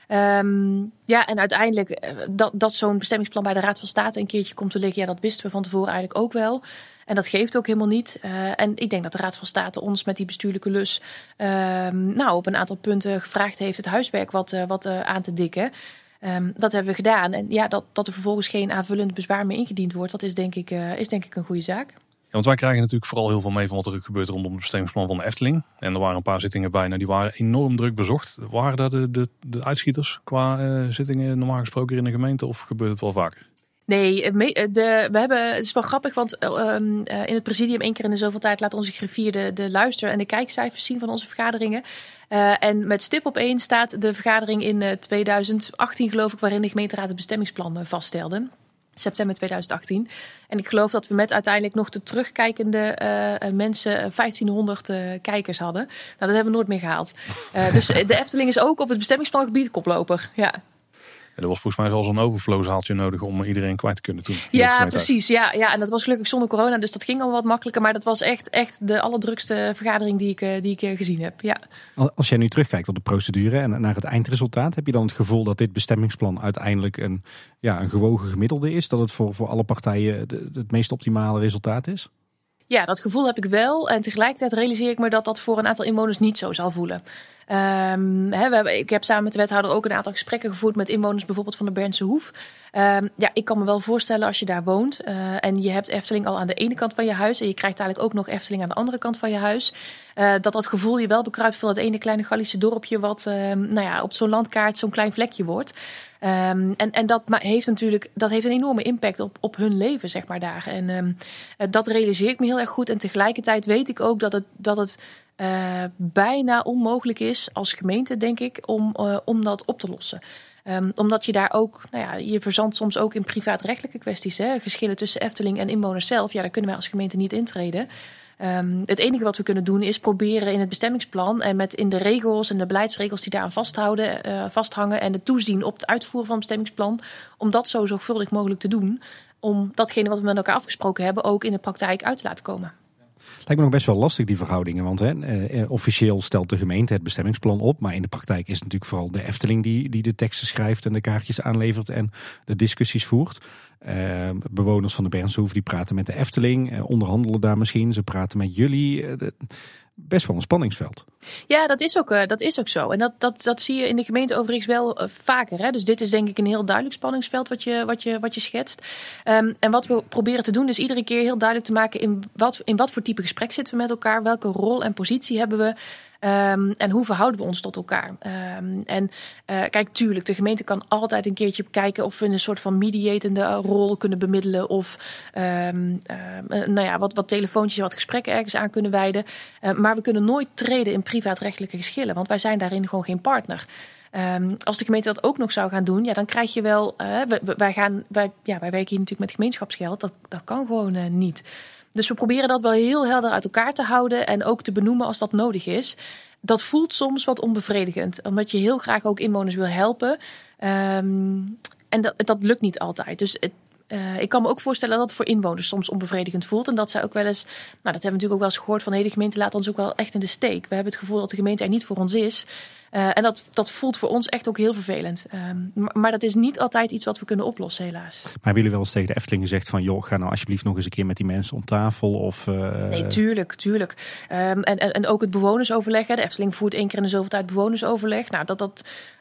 En uiteindelijk dat zo'n bestemmingsplan bij de Raad van State een keertje komt te liggen, ja, dat wisten we van tevoren eigenlijk ook wel. En dat geeft ook helemaal niet. En ik denk dat de Raad van State ons met die bestuurlijke lus op een aantal punten gevraagd heeft het huiswerk wat aan te dikken. Dat hebben we gedaan. En ja, dat er vervolgens geen aanvullend bezwaar meer ingediend wordt, dat is denk ik een goede zaak. Ja, want wij krijgen natuurlijk vooral heel veel mee van wat er gebeurt rondom het bestemmingsplan van de Efteling. En er waren een paar zittingen bijna, die waren enorm druk bezocht. Waren daar de uitschieters qua zittingen normaal gesproken in de gemeente of gebeurt het wel vaker? Nee, het is wel grappig, want in het presidium 1 keer in de zoveel tijd laat onze griffier de luister- en de kijkcijfers zien van onze vergaderingen. En met stip op 1 staat de vergadering in 2018 geloof ik, waarin de gemeenteraad het bestemmingsplan vaststelde. September 2018. En ik geloof dat we met uiteindelijk nog de terugkijkende mensen 1500 kijkers hadden. Nou, dat hebben we nooit meer gehaald. Dus de Efteling is ook op het bestemmingsplangebied koploper. Ja. Ja, er was volgens mij zelfs een overflowzaaltje nodig om iedereen kwijt te kunnen doen. Ja, precies. Ja, en dat was gelukkig zonder corona, dus dat ging al wat makkelijker. Maar dat was echt de allerdrukste vergadering die ik gezien heb. Ja. Als jij nu terugkijkt op de procedure en naar het eindresultaat, heb je dan het gevoel dat dit bestemmingsplan uiteindelijk een gewogen gemiddelde is? Dat het voor alle partijen het meest optimale resultaat is? Ja, dat gevoel heb ik wel. En tegelijkertijd realiseer ik me dat voor een aantal inwoners niet zo zal voelen. Ik heb samen met de wethouder ook een aantal gesprekken gevoerd met inwoners bijvoorbeeld van de Bernse Hoef. Ik kan me wel voorstellen als je daar woont en je hebt Efteling al aan de ene kant van je huis en je krijgt eigenlijk ook nog Efteling aan de andere kant van je huis. Dat gevoel je wel bekruipt van het ene kleine Gallische dorpje wat op zo'n landkaart zo'n klein vlekje wordt. En dat heeft een enorme impact op hun leven, zeg maar, daar. En dat realiseer ik me heel erg goed. En tegelijkertijd weet ik ook dat het bijna onmogelijk is als gemeente, denk ik, om dat op te lossen. Omdat je daar ook, je verzandt soms ook in privaatrechtelijke kwesties. Hè? Geschillen tussen Efteling en inwoners zelf. Ja, daar kunnen wij als gemeente niet intreden. Het enige wat we kunnen doen is proberen in het bestemmingsplan en met in de regels en de beleidsregels die daaraan vasthangen en het toezien op het uitvoeren van het bestemmingsplan, om dat zo zorgvuldig mogelijk te doen. Om datgene wat we met elkaar afgesproken hebben ook in de praktijk uit te laten komen. Lijkt me nog best wel lastig, die verhoudingen. Want officieel stelt de gemeente het bestemmingsplan op. Maar in de praktijk is het natuurlijk vooral de Efteling die de teksten schrijft en de kaartjes aanlevert en de discussies voert. Bewoners van de Bernse Hoef die praten met de Efteling, onderhandelen daar misschien. Ze praten met jullie. Best wel een spanningsveld. Ja, dat is ook zo. En dat zie je in de gemeente overigens wel vaker. Hè? Dus dit is denk ik een heel duidelijk spanningsveld wat je schetst. En wat we proberen te doen is iedere keer heel duidelijk te maken in wat voor type gesprek zitten we met elkaar. Welke rol en positie hebben we. En hoe verhouden we ons tot elkaar? Kijk, tuurlijk, de gemeente kan altijd een keertje kijken of we een soort van mediatende rol kunnen bemiddelen. Of wat telefoontjes, wat gesprekken ergens aan kunnen wijden. Maar we kunnen nooit treden in privaatrechtelijke geschillen. Want wij zijn daarin gewoon geen partner. Als de gemeente dat ook nog zou gaan doen, ja, dan krijg je wel. Wij werken hier natuurlijk met gemeenschapsgeld. Dat kan gewoon niet. Dus we proberen dat wel heel helder uit elkaar te houden en ook te benoemen als dat nodig is. Dat voelt soms wat onbevredigend, omdat je heel graag ook inwoners wil helpen. En dat lukt niet altijd. Dus ik kan me ook voorstellen dat het voor inwoners soms onbevredigend voelt. En dat zij ook wel eens, dat hebben we natuurlijk ook wel eens gehoord van de gemeente laat ons ook wel echt in de steek. We hebben het gevoel dat de gemeente er niet voor ons is. En dat voelt voor ons echt ook heel vervelend. Maar dat is niet altijd iets wat we kunnen oplossen, helaas. Maar hebben jullie wel eens tegen de Efteling gezegd van, joh, ga nou alsjeblieft nog eens een keer met die mensen om tafel? Of, Nee, tuurlijk. En ook het bewonersoverleg. De Efteling voert 1 keer in de zoveel tijd bewonersoverleg. Nou, dat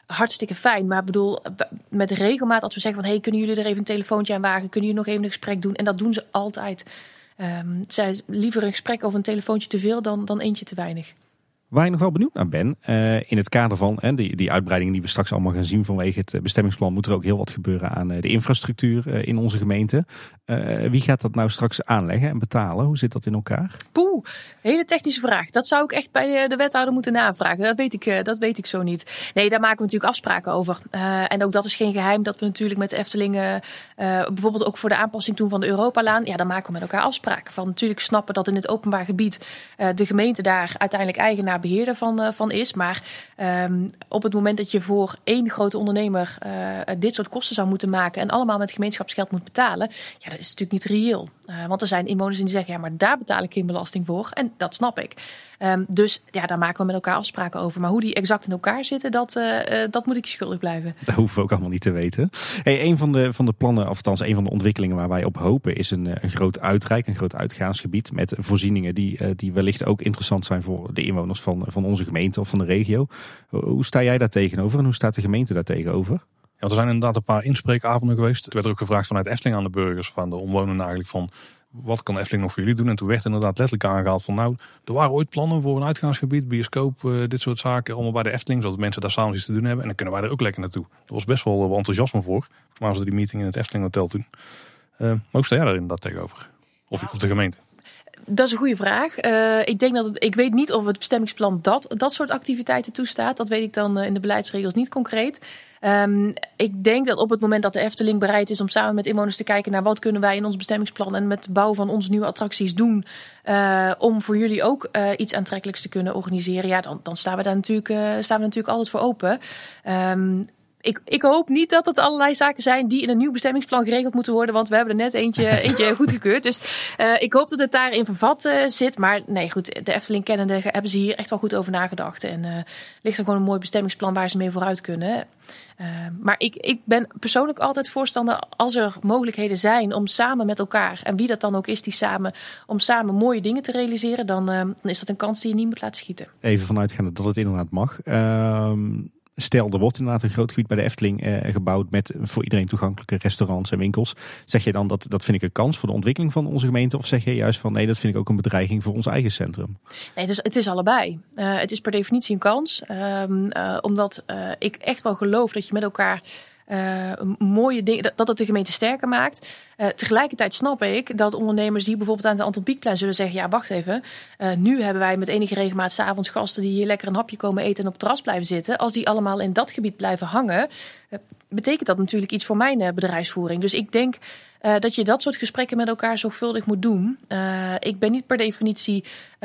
hartstikke fijn. Maar ik bedoel, met regelmaat als we zeggen van... kunnen jullie er even een telefoontje aan wagen? Kunnen jullie nog even een gesprek doen? En dat doen ze altijd. Zij liever een gesprek of een telefoontje te veel dan eentje te weinig. Waar je nog wel benieuwd naar ben, in het kader van die uitbreidingen die we straks allemaal gaan zien vanwege het bestemmingsplan, moet er ook heel wat gebeuren aan de infrastructuur in onze gemeente. Wie gaat dat nou straks aanleggen en betalen? Hoe zit dat in elkaar? Hele technische vraag. Dat zou ik echt bij de wethouder moeten navragen. Dat weet ik zo niet. Nee, daar maken we natuurlijk afspraken over. En ook dat is geen geheim dat we natuurlijk met de Efteling, bijvoorbeeld ook voor de aanpassing toen van de Europalaan, daar maken we met elkaar afspraken van. Natuurlijk snappen dat in het openbaar gebied de gemeente daar uiteindelijk eigenaar beheerder van is. Maar op het moment dat je voor één grote ondernemer dit soort kosten zou moeten maken en allemaal met gemeenschapsgeld moet betalen, dat is natuurlijk niet reëel. Want er zijn inwoners die zeggen, maar daar betaal ik geen belasting voor. En dat snap ik. Dus daar maken we met elkaar afspraken over. Maar hoe die exact in elkaar zitten, dat moet ik je schuldig blijven. Dat hoeven we ook allemaal niet te weten. Een van de plannen, of althans een van de ontwikkelingen waar wij op hopen, is een groot een groot uitgaansgebied met voorzieningen die wellicht ook interessant zijn voor de inwoners van onze gemeente of van de regio. Hoe sta jij daar tegenover en hoe staat de gemeente daar tegenover? Ja, er zijn inderdaad een paar inspreekavonden geweest. Er werd er ook gevraagd vanuit Efteling aan de burgers, van de omwonenden eigenlijk, van wat kan Efteling nog voor jullie doen? En toen werd inderdaad letterlijk aangehaald van er waren ooit plannen voor een uitgaansgebied, bioscoop, dit soort zaken, allemaal bij de Efteling, zodat mensen daar s'avonds iets te doen hebben. En dan kunnen wij er ook lekker naartoe. Er was best wel enthousiasme voor. Maar was er die meeting in het Efteling Hotel toen. Maar hoe sta jij daar inderdaad tegenover? Of de gemeente? Dat is een goede vraag. Ik weet niet of het bestemmingsplan dat soort activiteiten toestaat. Dat weet ik dan in de beleidsregels niet concreet. Ik denk dat op het moment dat de Efteling bereid is om samen met inwoners te kijken naar wat kunnen wij in ons bestemmingsplan en met de bouw van onze nieuwe attracties doen, om voor jullie ook iets aantrekkelijks te kunnen organiseren, dan staan we daar natuurlijk altijd voor open. Ik hoop niet dat het allerlei zaken zijn die in een nieuw bestemmingsplan geregeld moeten worden. Want we hebben er net eentje goedgekeurd. Dus ik hoop dat het daarin vervat zit. Maar nee, goed, de Efteling kennende hebben ze hier echt wel goed over nagedacht. En ligt er gewoon een mooi bestemmingsplan waar ze mee vooruit kunnen. Maar ik ben persoonlijk altijd voorstander, als er mogelijkheden zijn om samen met elkaar, en wie dat dan ook is, om samen mooie dingen te realiseren, dan is dat een kans die je niet moet laten schieten. Even vanuitgaande dat het inderdaad mag. Stel, er wordt inderdaad een groot gebied bij de Efteling gebouwd met voor iedereen toegankelijke restaurants en winkels. Zeg je dan dat vind ik een kans voor de ontwikkeling van onze gemeente? Of zeg je juist van nee, dat vind ik ook een bedreiging voor ons eigen centrum? Nee, het is allebei. Het is per definitie een kans. Omdat ik echt wel geloof dat je met elkaar mooie dingen, dat het de gemeente sterker maakt. Tegelijkertijd snap ik dat ondernemers die bijvoorbeeld aan het Anton Pieckplein zullen zeggen, ja, wacht even. Nu hebben wij met enige regelmaat 's avonds gasten die hier lekker een hapje komen eten en op het terras blijven zitten. Als die allemaal in dat gebied blijven hangen, betekent dat natuurlijk iets voor mijn bedrijfsvoering. Dus ik denk dat je dat soort gesprekken met elkaar zorgvuldig moet doen. Ik ben niet per definitie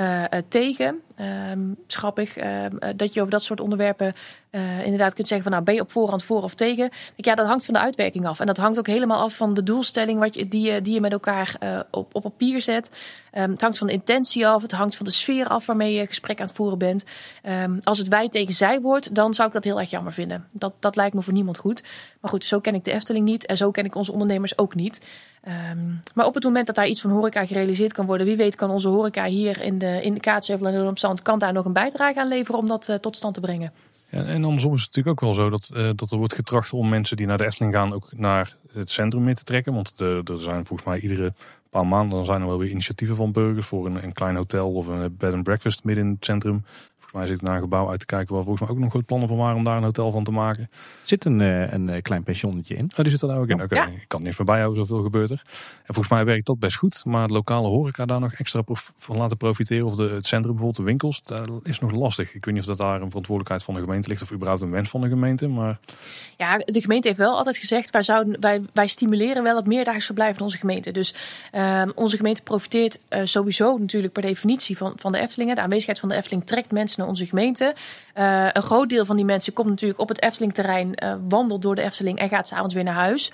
tegen. Schappig dat je over dat soort onderwerpen inderdaad kunt zeggen van nou, ben je op voorhand voor of tegen? Ja, dat hangt van de uitwerking af. En dat hangt ook helemaal af van de doelstelling die je met elkaar op papier zet. Het hangt van de intentie af. Het hangt van de sfeer af waarmee je gesprek aan het voeren bent. Als het wij tegen zij wordt, dan zou ik dat heel erg jammer vinden. Dat lijkt me voor niemand goed. Maar goed, zo ken ik de Efteling niet. En zo ken ik onze ondernemers ook niet. Maar op het moment dat daar iets van horeca gerealiseerd kan worden, wie weet kan onze horeca hier in de Kaatsheuvel en Loon-op-Zand kan daar nog een bijdrage aan leveren om dat tot stand te brengen. Ja, en andersom is het natuurlijk ook wel zo dat er wordt getracht om mensen die naar de Efteling gaan ook naar het centrum mee te trekken. Want er zijn volgens mij iedere paar maanden dan zijn er wel weer initiatieven van burgers voor een klein hotel of een bed and breakfast midden in het centrum. Volgens mij zit naar een gebouw uit te kijken waar volgens mij ook nog goed plannen van waren om daar een hotel van te maken. Zit een klein pensionnetje in? Oh, die zit er nou ook in. Oké, ja. Ik kan niks meer bijhouden, zoveel gebeurt er. En volgens mij werkt dat best goed. Maar de lokale horeca daar nog extra van laten profiteren. Of het centrum bijvoorbeeld, de winkels, dat is nog lastig. Ik weet niet of dat daar een verantwoordelijkheid van de gemeente ligt of überhaupt een wens van de gemeente. Maar ja, de gemeente heeft wel altijd gezegd, wij stimuleren wel het meerdaags verblijf van onze gemeente. Dus onze gemeente profiteert sowieso natuurlijk per definitie van de Eftelingen. De aanwezigheid van de Efteling trekt mensen naar onze gemeente. Een groot deel van die mensen komt natuurlijk op het Eftelingterrein, wandelt door de Efteling en gaat 's avonds weer naar huis.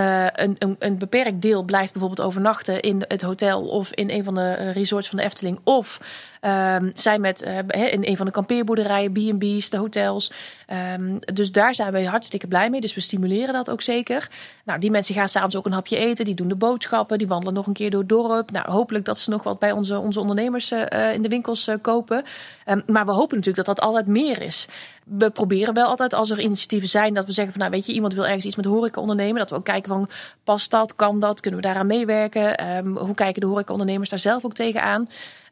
Een beperkt deel blijft bijvoorbeeld overnachten in het hotel of in een van de resorts van de Efteling. Of zijn in een van de kampeerboerderijen, B&B's, de hotels. Dus daar zijn we hartstikke blij mee. Dus we stimuleren dat ook zeker. Nou, die mensen gaan 's avonds ook een hapje eten. Die doen de boodschappen. Die wandelen nog een keer door het dorp. Nou, hopelijk dat ze nog wat bij onze ondernemers in de winkels kopen. Maar we hopen natuurlijk dat altijd meer meer is. We proberen wel altijd, als er initiatieven zijn, dat we zeggen van, nou weet je, iemand wil ergens iets met horeca ondernemen, dat we ook kijken van, past dat, kan dat, kunnen we daaraan meewerken? Hoe kijken de horecaondernemers daar zelf ook tegenaan?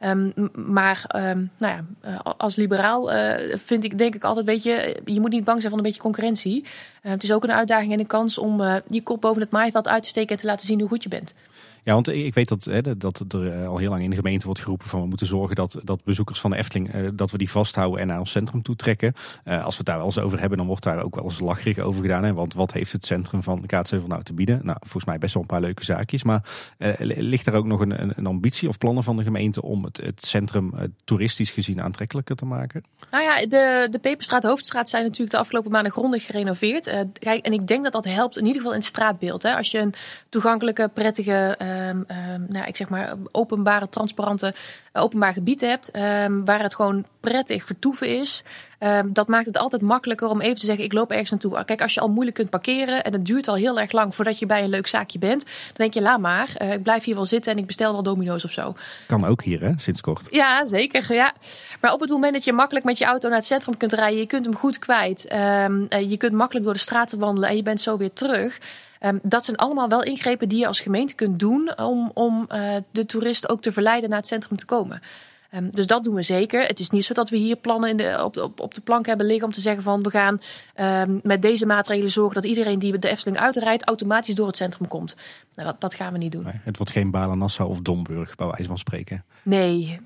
Als liberaal denk ik altijd, weet je moet niet bang zijn van een beetje concurrentie. Het is ook een uitdaging en een kans om je kop boven het maaiveld uit te steken en te laten zien hoe goed je bent. Ja, want ik weet dat er al heel lang in de gemeente wordt geroepen van we moeten zorgen dat bezoekers van de Efteling, dat we die vasthouden en naar ons centrum toe trekken. Als we het daar wel eens over hebben, dan wordt daar ook wel eens lacherig over gedaan. Hè? Want wat heeft het centrum van de Kaatsheuvel nou te bieden? Nou, volgens mij best wel een paar leuke zaakjes. Maar ligt er ook nog een ambitie of plannen van de gemeente om het centrum toeristisch gezien aantrekkelijker te maken? Nou ja, de Peperstraat, Hoofdstraat zijn natuurlijk de afgelopen maanden grondig gerenoveerd. En ik denk dat dat helpt in ieder geval in het straatbeeld. Hè? Als je een toegankelijke, prettige, openbare, transparante openbaar gebied hebt, waar het gewoon prettig vertoeven is. Dat maakt het altijd makkelijker om even te zeggen, ik loop ergens naartoe. Kijk, als je al moeilijk kunt parkeren en het duurt al heel erg lang voordat je bij een leuk zaakje bent, dan denk je, laat maar, ik blijf hier wel zitten en ik bestel wel Domino's of zo. Kan ook hier, hè, sinds kort. Ja, zeker. Ja. Maar op het moment dat je makkelijk met je auto naar het centrum kunt rijden, je kunt hem goed kwijt, je kunt makkelijk door de straten wandelen en je bent zo weer terug. Dat zijn allemaal wel ingrepen die je als gemeente kunt doen om de toerist ook te verleiden naar het centrum te komen. Dus dat doen we zeker. Het is niet zo dat we hier plannen op de plank hebben liggen om te zeggen van we gaan met deze maatregelen zorgen dat iedereen die de Efteling uitrijdt automatisch door het centrum komt. Nou, dat gaan we niet doen. Nee, het wordt geen Balen-Nassau of Domburg, bij wijze van spreken. Nee.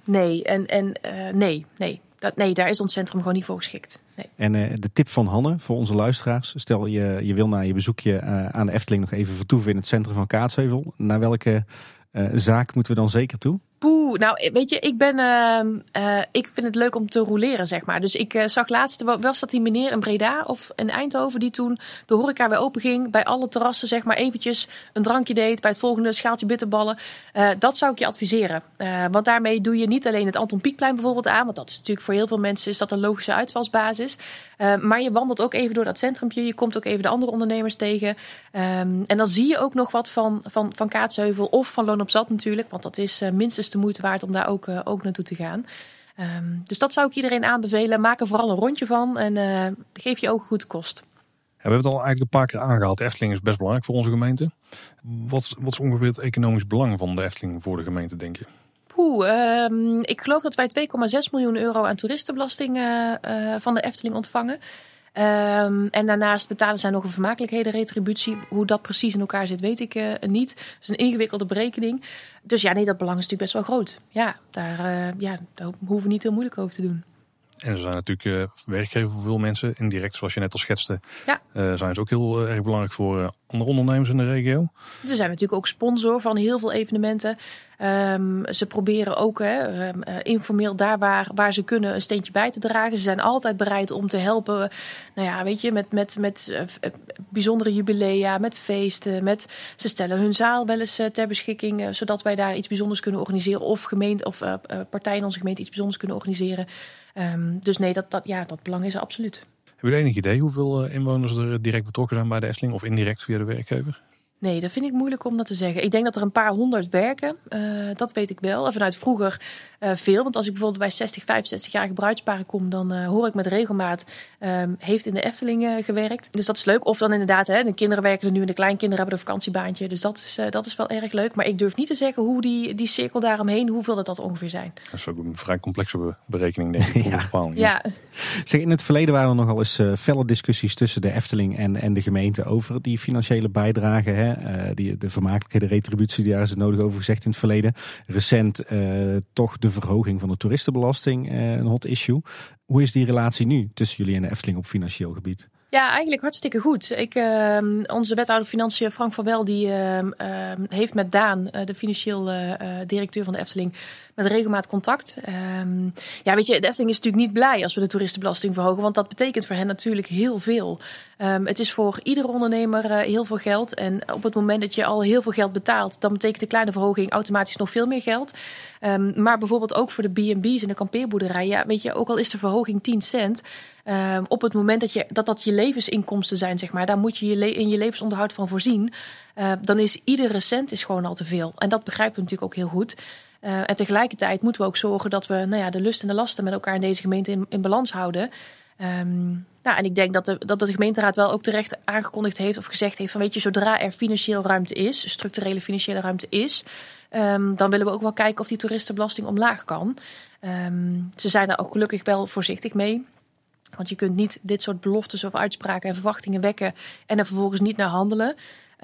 Nee, daar is ons centrum gewoon niet voor geschikt. Nee. En de tip van Hanne voor onze luisteraars. Stel je wil na je bezoekje aan de Efteling nog even vertoeven in het centrum van Kaatsheuvel. Naar welke zaak moeten we dan zeker toe? Nou weet je, ik vind het leuk om te roleren, zeg maar. Dus ik zag laatst, was dat die meneer in Breda of in Eindhoven die toen de horeca weer open ging, bij alle terrassen zeg maar eventjes een drankje deed, bij het volgende schaaltje bitterballen. Dat zou ik je adviseren. Want daarmee doe je niet alleen het Anton Pieckplein bijvoorbeeld aan, want dat is natuurlijk voor heel veel mensen is dat een logische uitvalsbasis. Maar je wandelt ook even door dat centrumpje, je komt ook even de andere ondernemers tegen. En dan zie je ook nog wat van Kaatsheuvel of van Loon op Zand natuurlijk, want dat is minstens de moeite waard om daar ook naartoe te gaan. Dus dat zou ik iedereen aanbevelen. Maak er vooral een rondje van en geef je ook goed kost. Ja, we hebben het al eigenlijk een paar keer aangehaald. De Efteling is best belangrijk voor onze gemeente. Wat is ongeveer het economisch belang van de Efteling voor de gemeente, denk je? Ik geloof dat wij 2,6 miljoen euro aan toeristenbelasting van de Efteling ontvangen. En daarnaast betalen zij nog een vermakelijkheden-retributie. Hoe dat precies in elkaar zit, weet ik niet. Het is een ingewikkelde berekening. Dus ja, dat belang is natuurlijk best wel groot. Ja, daar hoeven we niet heel moeilijk over te doen. En ze zijn natuurlijk werkgever voor veel mensen. Indirect, zoals je net al schetste, zijn ze ook heel erg belangrijk voor andere ondernemers in de regio. Ze zijn natuurlijk ook sponsor van heel veel evenementen. Ze proberen ook informeel daar waar ze kunnen een steentje bij te dragen. Ze zijn altijd bereid om te helpen. Nou ja, weet je, met bijzondere jubilea, met feesten. Ze stellen hun zaal wel eens ter beschikking, zodat wij daar iets bijzonders kunnen organiseren. Of partijen in onze gemeente iets bijzonders kunnen organiseren. Dus nee, dat belang is er absoluut. Heb je enig idee hoeveel inwoners er direct betrokken zijn bij de Efteling of indirect via de werkgever? Nee, dat vind ik moeilijk om dat te zeggen. Ik denk dat er een paar honderd werken. Dat weet ik wel. En vanuit vroeger veel. Want als ik bijvoorbeeld bij 60, 65-jarige bruidsparen kom, dan hoor ik met regelmaat heeft in de Efteling gewerkt. Dus dat is leuk. Of dan inderdaad, de kinderen werken er nu en de kleinkinderen hebben een vakantiebaantje. Dus dat is wel erg leuk. Maar ik durf niet te zeggen hoe die cirkel daaromheen, hoeveel dat ongeveer zijn. Dat is ook een vrij complexe berekening, denk ik. Ja. Zeg, in het verleden waren er nogal eens felle discussies tussen de Efteling en de gemeente over die financiële bijdrage. Hè? De vermakelijke retributie, daar is het nodig over gezegd in het verleden. Recent toch de verhoging van de toeristenbelasting, een hot issue. Hoe is die relatie nu tussen jullie en de Efteling op financieel gebied? Ja, eigenlijk hartstikke goed. Onze wethouder Financiën, Frank van Wel, die heeft met Daan, de financieel directeur van de Efteling, met regelmaat contact. Weet je, de Efteling is natuurlijk niet blij als we de toeristenbelasting verhogen, want dat betekent voor hen natuurlijk heel veel. Het is voor iedere ondernemer heel veel geld. En op het moment dat je al heel veel geld betaalt, dan betekent de kleine verhoging automatisch nog veel meer geld. Maar bijvoorbeeld ook voor de B&B's en de kampeerboerderij. Ja, weet je, ook al is de verhoging 10 cent. Op het moment dat je levensinkomsten zijn, zeg maar, daar moet je in je levensonderhoud van voorzien. Dan is iedere cent gewoon al te veel. En dat begrijpen we natuurlijk ook heel goed. En tegelijkertijd moeten we ook zorgen dat we de lust en de lasten met elkaar in deze gemeente in balans houden. En ik denk dat de gemeenteraad wel ook terecht aangekondigd heeft of gezegd heeft van weet je, zodra er financiële ruimte is, structurele financiële ruimte is, dan willen we ook wel kijken of die toeristenbelasting omlaag kan. Ze zijn daar ook gelukkig wel voorzichtig mee. Want je kunt niet dit soort beloftes of uitspraken en verwachtingen wekken en er vervolgens niet naar handelen.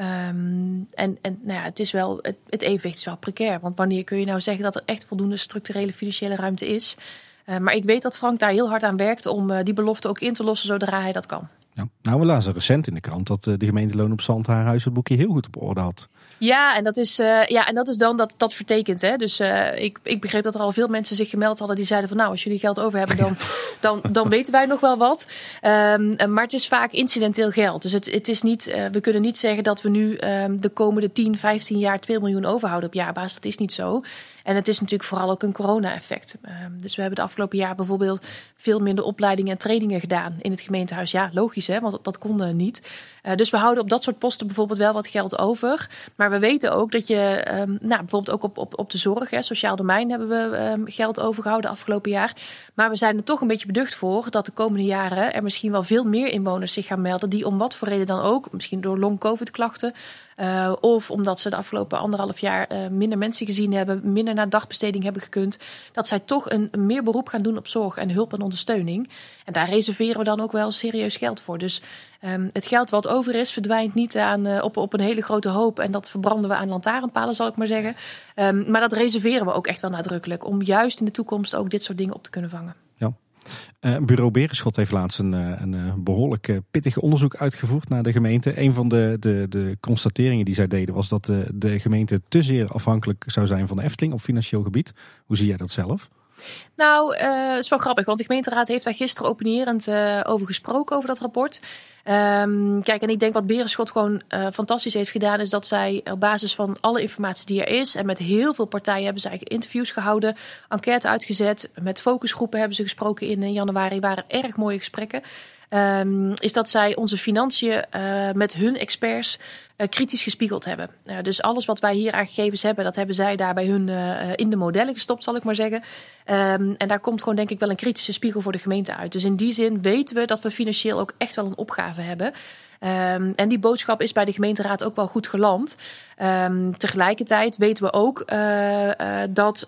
Het is wel, het evenwicht is wel precair. Want wanneer kun je nou zeggen dat er echt voldoende structurele financiële ruimte is? Maar ik weet dat Frank daar heel hard aan werkt om die belofte ook in te lossen zodra hij dat kan. Ja. Nou, we lazen recent in de krant dat de gemeente Loon op Zand haar huishoudboekje heel goed op orde had. Ja, en dat is dan dat vertekent. Hè? Dus ik begreep dat er al veel mensen zich gemeld hadden die zeiden van nou, als jullie geld over hebben, dan weten wij nog wel wat. Maar het is vaak incidenteel geld. Dus het is niet, we kunnen niet zeggen dat we nu de komende 10, 15 jaar 2 miljoen overhouden op jaarbasis. Dat is niet zo. En het is natuurlijk vooral ook een corona-effect. Dus we hebben de afgelopen jaar bijvoorbeeld veel minder opleidingen en trainingen gedaan in het gemeentehuis. Ja, logisch hè, want dat kon niet. Dus we houden op dat soort posten bijvoorbeeld wel wat geld over. Maar we weten ook dat je, bijvoorbeeld ook op de zorg, hè, sociaal domein hebben we geld overgehouden afgelopen jaar. Maar we zijn er toch een beetje beducht voor dat de komende jaren er misschien wel veel meer inwoners zich gaan melden die om wat voor reden dan ook, misschien door long-covid-klachten, of omdat ze de afgelopen 1,5 jaar minder mensen gezien hebben, minder naar dagbesteding hebben gekund, dat zij toch een meer beroep gaan doen op zorg en hulp en ondersteuning. En daar reserveren we dan ook wel serieus geld voor. Dus het geld wat over is, verdwijnt niet op een hele grote hoop. En dat verbranden we aan lantaarnpalen, zal ik maar zeggen. Maar dat reserveren we ook echt wel nadrukkelijk. Om juist in de toekomst ook dit soort dingen op te kunnen vangen. Ja. Bureau Berenschot heeft laatst een behoorlijk pittig onderzoek uitgevoerd naar de gemeente. Een van de constateringen die zij deden was dat de gemeente te zeer afhankelijk zou zijn van de Efteling op financieel gebied. Hoe zie jij dat zelf? Nou, het is wel grappig, want de gemeenteraad heeft daar gisteren opinierend over gesproken, over dat rapport. Kijk, en ik denk wat Berenschot gewoon fantastisch heeft gedaan, is dat zij op basis van alle informatie die er is en met heel veel partijen hebben ze eigenlijk interviews gehouden, enquête uitgezet, met focusgroepen hebben ze gesproken in januari, waren erg mooie gesprekken. Is dat zij onze financiën met hun experts kritisch gespiegeld hebben. Dus alles wat wij hier aan gegevens hebben, dat hebben zij daar bij hun in de modellen gestopt, zal ik maar zeggen. En daar komt gewoon denk ik wel een kritische spiegel voor de gemeente uit. Dus in die zin weten we dat we financieel ook echt wel een opgave hebben. En die boodschap is bij de gemeenteraad ook wel goed geland. Tegelijkertijd weten we ook dat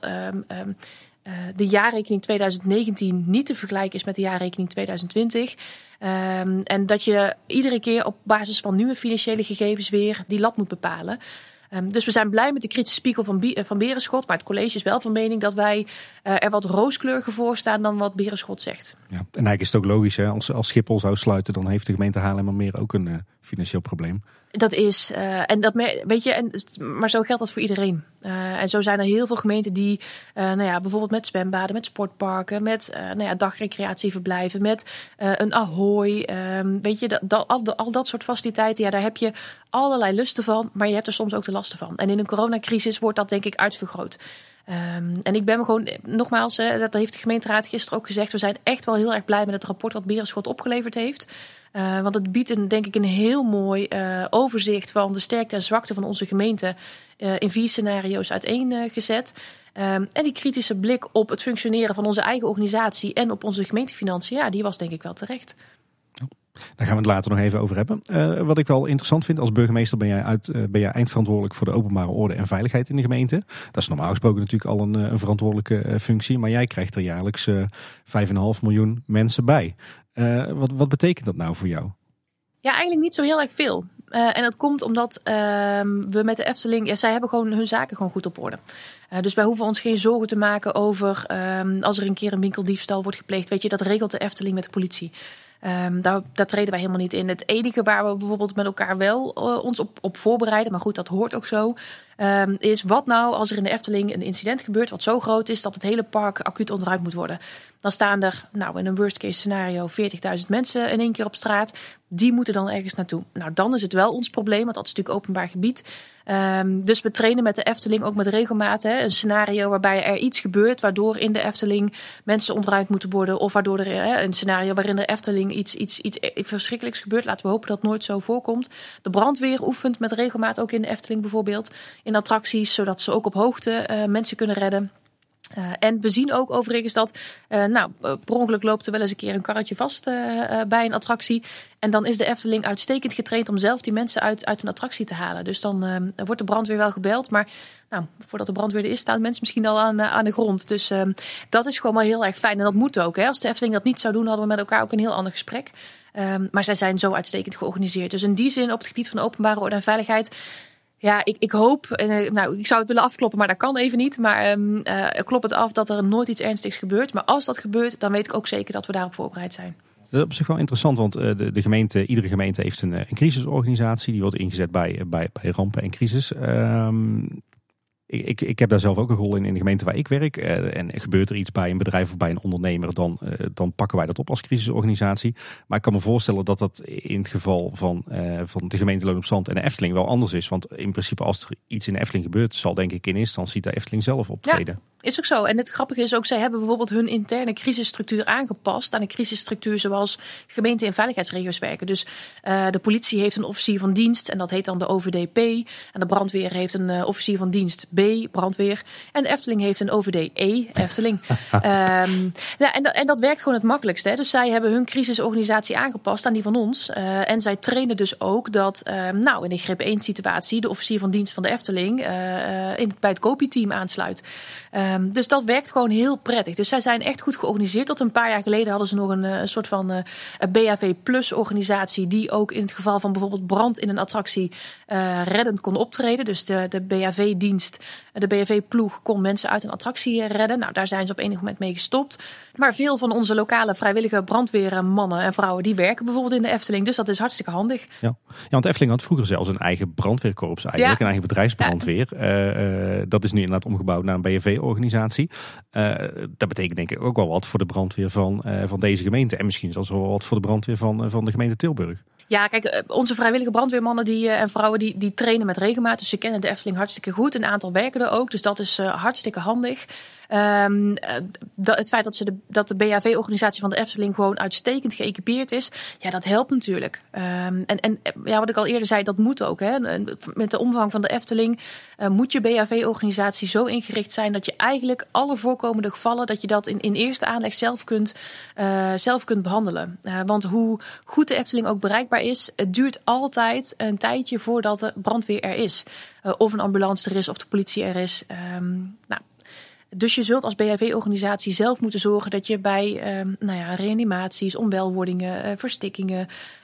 de jaarrekening 2019 niet te vergelijken is met de jaarrekening 2020. En dat je iedere keer op basis van nieuwe financiële gegevens weer die lat moet bepalen. Dus we zijn blij met de kritische spiegel van Berenschot. Maar het college is wel van mening dat wij er wat rooskleuriger voor staan dan wat Berenschot zegt. Ja, en eigenlijk is het ook logisch, hè? Als Schiphol zou sluiten, dan heeft de gemeente Haarlemmermeer ook een financieel probleem. Dat is, maar zo geldt dat voor iedereen. En zo zijn er heel veel gemeenten die bijvoorbeeld met zwembaden, met sportparken, met dagrecreatieverblijven, met een Ahoy. Al dat soort faciliteiten, ja, daar heb je allerlei lusten van, maar je hebt er soms ook de lasten van. En in een coronacrisis wordt dat denk ik uitvergroot. En ik ben me gewoon, nogmaals, dat heeft de gemeenteraad gisteren ook gezegd, we zijn echt wel heel erg blij met het rapport wat Berenschot opgeleverd heeft. Want het biedt denk ik een heel mooi overzicht van de sterkte en zwakte van onze gemeente in 4 scenario's uiteengezet. En die kritische blik op het functioneren van onze eigen organisatie en op onze gemeentefinanciën, ja, die was denk ik wel terecht. Daar gaan we het later nog even over hebben. Wat ik wel interessant vind, als burgemeester ben jij eindverantwoordelijk voor de openbare orde en veiligheid in de gemeente. Dat is normaal gesproken natuurlijk al een verantwoordelijke functie, maar jij krijgt er jaarlijks 5,5 miljoen mensen bij. Wat betekent dat nou voor jou? Ja, eigenlijk niet zo heel erg veel. En dat komt omdat we met de Efteling, zij hebben gewoon hun zaken gewoon goed op orde. Dus wij hoeven ons geen zorgen te maken over als er een keer een winkeldiefstal wordt gepleegd. Weet je, dat regelt de Efteling met de politie. Daar treden wij helemaal niet in. Het enige waar we bijvoorbeeld met elkaar wel ons op voorbereiden, maar goed, dat hoort ook zo, is wat nou als er in de Efteling een incident gebeurt wat zo groot is dat het hele park acuut ontruimd moet worden. Dan staan er in een worst case scenario 40.000 mensen in één keer op straat. Die moeten dan ergens naartoe. Nou, dan is het wel ons probleem, want dat is natuurlijk openbaar gebied. Dus we trainen met de Efteling ook met regelmaat een scenario waarbij er iets gebeurt waardoor in de Efteling mensen ontruimd moeten worden. Of waardoor er een scenario waarin de Efteling iets verschrikkelijks gebeurt. Laten we hopen dat het nooit zo voorkomt. De brandweer oefent met regelmaat ook in de Efteling bijvoorbeeld. in attracties, zodat ze ook op hoogte mensen kunnen redden. En we zien ook overigens dat per ongeluk loopt er wel eens een keer een karretje vast bij een attractie. En dan is de Efteling uitstekend getraind om zelf die mensen uit een attractie te halen. Dus dan wordt de brandweer wel gebeld. Maar voordat de brandweer er is, staan mensen misschien al aan de grond. Dus dat is gewoon wel heel erg fijn. En dat moet ook. Hè. Als de Efteling dat niet zou doen, hadden we met elkaar ook een heel ander gesprek. Maar zij zijn zo uitstekend georganiseerd. Dus in die zin op het gebied van openbare orde en veiligheid... Ja, ik hoop, ik zou het willen afkloppen, maar dat kan even niet. Maar klop het af dat er nooit iets ernstigs gebeurt. Maar als dat gebeurt, dan weet ik ook zeker dat we daarop voorbereid zijn. Dat is op zich wel interessant, want iedere gemeente heeft een crisisorganisatie. Die wordt ingezet bij rampen en crisis. Ik heb daar zelf ook een rol in de gemeente waar ik werk. En gebeurt er iets bij een bedrijf of bij een ondernemer, dan pakken wij dat op als crisisorganisatie. Maar ik kan me voorstellen dat dat in het geval van de gemeente Loon op Zand en de Efteling wel anders is. Want in principe als er iets in de Efteling gebeurt, zal denk ik in eerste instantie de Efteling zelf optreden. Ja. Is ook zo. En het grappige is ook, zij hebben bijvoorbeeld hun interne crisisstructuur aangepast aan een crisisstructuur zoals gemeenten in veiligheidsregio's werken. Dus de politie heeft een officier van dienst en dat heet dan de OVD-P. En de brandweer heeft een officier van dienst B, brandweer. En de Efteling heeft een OVD-E, Efteling. En dat werkt gewoon het makkelijkst. Hè? Dus zij hebben hun crisisorganisatie aangepast aan die van ons. En zij trainen dus ook dat in de grip 1 situatie de officier van dienst van de Efteling bij het COPI-team aansluit. Dus dat werkt gewoon heel prettig. Dus zij zijn echt goed georganiseerd. Tot een paar jaar geleden hadden ze nog een soort van BHV Plus organisatie die ook in het geval van bijvoorbeeld brand in een attractie reddend kon optreden. Dus de BHV-dienst, de BHV-ploeg kon mensen uit een attractie redden. Nou, daar zijn ze op enig moment mee gestopt. Maar veel van onze lokale vrijwillige brandweermannen en vrouwen die werken bijvoorbeeld in de Efteling. Dus dat is hartstikke handig. Ja, want de Efteling had vroeger zelfs een eigen brandweerkorps eigenlijk. Een eigen bedrijfsbrandweer. Ja. Dat is nu inderdaad omgebouwd naar een BHV-organisatie. Dat betekent denk ik ook wel wat voor de brandweer van deze gemeente. En misschien zelfs wel wat voor de brandweer van de gemeente Tilburg. Ja, kijk, onze vrijwillige brandweermannen en vrouwen die trainen met regelmaat. Dus ze kennen de Efteling hartstikke goed. Een aantal werken er ook. Dus dat is hartstikke handig. Het feit dat de BHV-organisatie van de Efteling gewoon uitstekend geëquipeerd is, ja, dat helpt natuurlijk. Wat ik al eerder zei, dat moet ook. Hè. Met de omvang van de Efteling moet je BHV-organisatie zo ingericht zijn dat je eigenlijk alle voorkomende gevallen, dat je dat in eerste aanleg zelf kunt behandelen. Want hoe goed de Efteling ook bereikbaar is, het duurt altijd een tijdje voordat de brandweer er is. Of een ambulance er is, of de politie er is. Dus je zult als BHV-organisatie zelf moeten zorgen dat je bij reanimaties, onwelwordingen, verstikkingen,